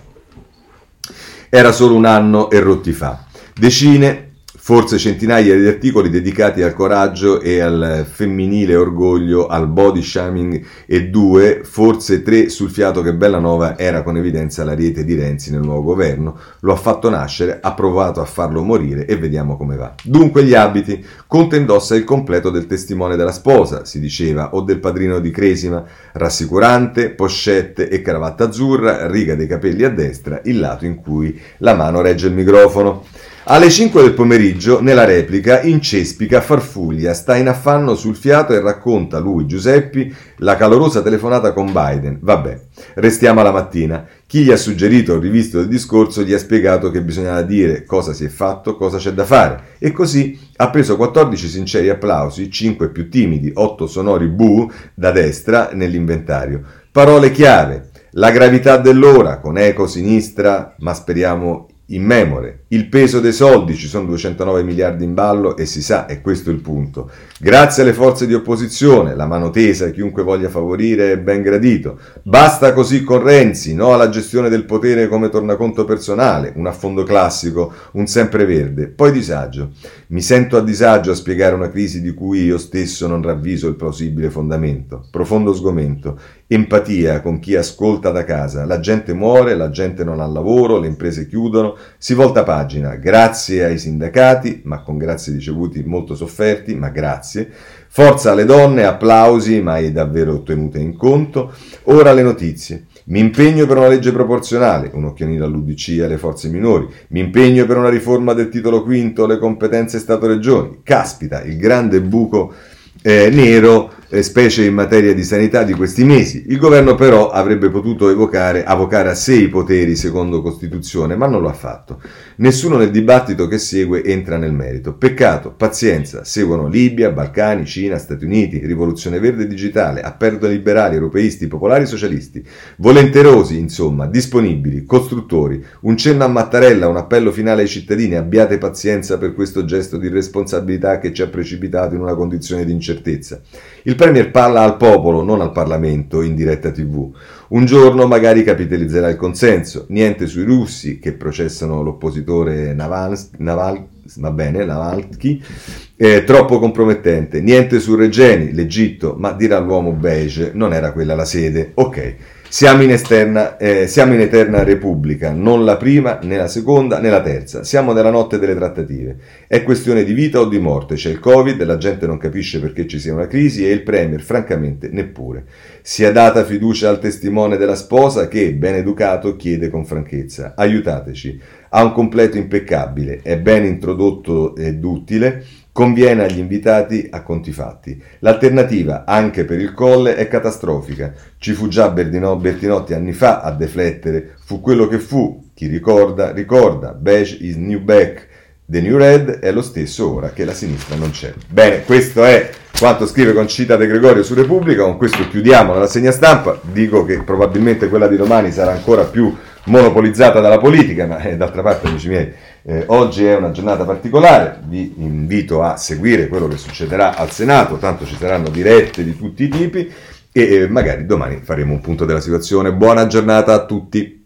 Era solo un anno e rotti fa. Decine, forse centinaia di articoli dedicati al coraggio e al femminile orgoglio, al body shaming e 2, forse 3 sul fiato che Bellanova era con evidenza l'ariete di Renzi nel nuovo governo, lo ha fatto nascere, ha provato a farlo morire e vediamo come va. Dunque gli abiti, Conte indossa il completo del testimone della sposa, si diceva, o del padrino di Cresima, rassicurante, pochette e cravatta azzurra, riga dei capelli a destra, il lato in cui la mano regge il microfono. Alle 5 del pomeriggio, nella replica, incespica, farfuglia, sta in affanno sul fiato e racconta lui, Giuseppi, la calorosa telefonata con Biden. Vabbè, restiamo alla mattina. Chi gli ha suggerito il rivisto del discorso gli ha spiegato che bisognava dire cosa si è fatto, cosa c'è da fare. E così ha preso 14 sinceri applausi, 5 più timidi, 8 sonori bu da destra nell'inventario. Parole chiave, la gravità dell'ora, con eco sinistra, ma speriamo immemore. Il peso dei soldi, ci sono 209 miliardi in ballo e si sa, e questo è il punto. Grazie alle forze di opposizione, la mano tesa, chiunque voglia favorire è ben gradito. Basta così con Renzi, no alla gestione del potere come tornaconto personale, un affondo classico, un sempreverde. Poi disagio. Mi sento a disagio a spiegare una crisi di cui io stesso non ravviso il plausibile fondamento. Profondo sgomento. Empatia con chi ascolta da casa. La gente muore, la gente non ha lavoro, le imprese chiudono, si volta pagina. Grazie ai sindacati, ma con grazie ricevuti molto sofferti, ma grazie. Forza alle donne, applausi, mai davvero ottenute in conto. Ora le notizie. Mi impegno per una legge proporzionale, un occhiolino all'UDC e alle forze minori. Mi impegno per una riforma del titolo quinto, le competenze Stato-Regioni. Caspita, il grande buco nero, specie in materia di sanità di questi mesi. Il governo però avrebbe potuto avocare a sé i poteri secondo Costituzione, ma non lo ha fatto. Nessuno nel dibattito che segue entra nel merito. Peccato, pazienza, seguono Libia, Balcani, Cina, Stati Uniti, rivoluzione verde e digitale, appello liberali, europeisti, popolari, socialisti, volenterosi, insomma, disponibili, costruttori, un cenno a Mattarella, un appello finale ai cittadini, abbiate pazienza per questo gesto di responsabilità che ci ha precipitato in una condizione di incertezza. Il Premier parla al popolo, non al Parlamento, in diretta TV. Un giorno magari capitalizzerà il consenso. Niente sui russi che processano l'oppositore Navalny, troppo compromettente. Niente su Regeni, l'Egitto, ma dirà l'uomo beige, non era quella la sede. Ok. Siamo in eterna repubblica, non la prima, né la seconda, né la terza. Siamo nella notte delle trattative. È questione di vita o di morte. C'è il Covid, la gente non capisce perché ci sia una crisi e il Premier, francamente, neppure. Sia data fiducia al testimone della sposa che, ben educato, chiede con franchezza. Aiutateci. Ha un completo impeccabile, è ben introdotto ed utile. Conviene agli invitati a conti fatti. L'alternativa, anche per il Colle, è catastrofica. Ci fu già Bertinotti anni fa a deflettere. Fu quello che fu. Chi ricorda, ricorda. Beige is new back. The New Red è lo stesso ora che la sinistra non c'è. Bene, questo è quanto scrive Concita De Gregorio su Repubblica. Con questo chiudiamo la rassegna stampa. Dico che probabilmente quella di domani sarà ancora più monopolizzata dalla politica, ma d'altra parte, amici miei, oggi è una giornata particolare. Vi invito a seguire quello che succederà al Senato, tanto ci saranno dirette di tutti i tipi e magari domani faremo un punto della situazione. Buona giornata a tutti.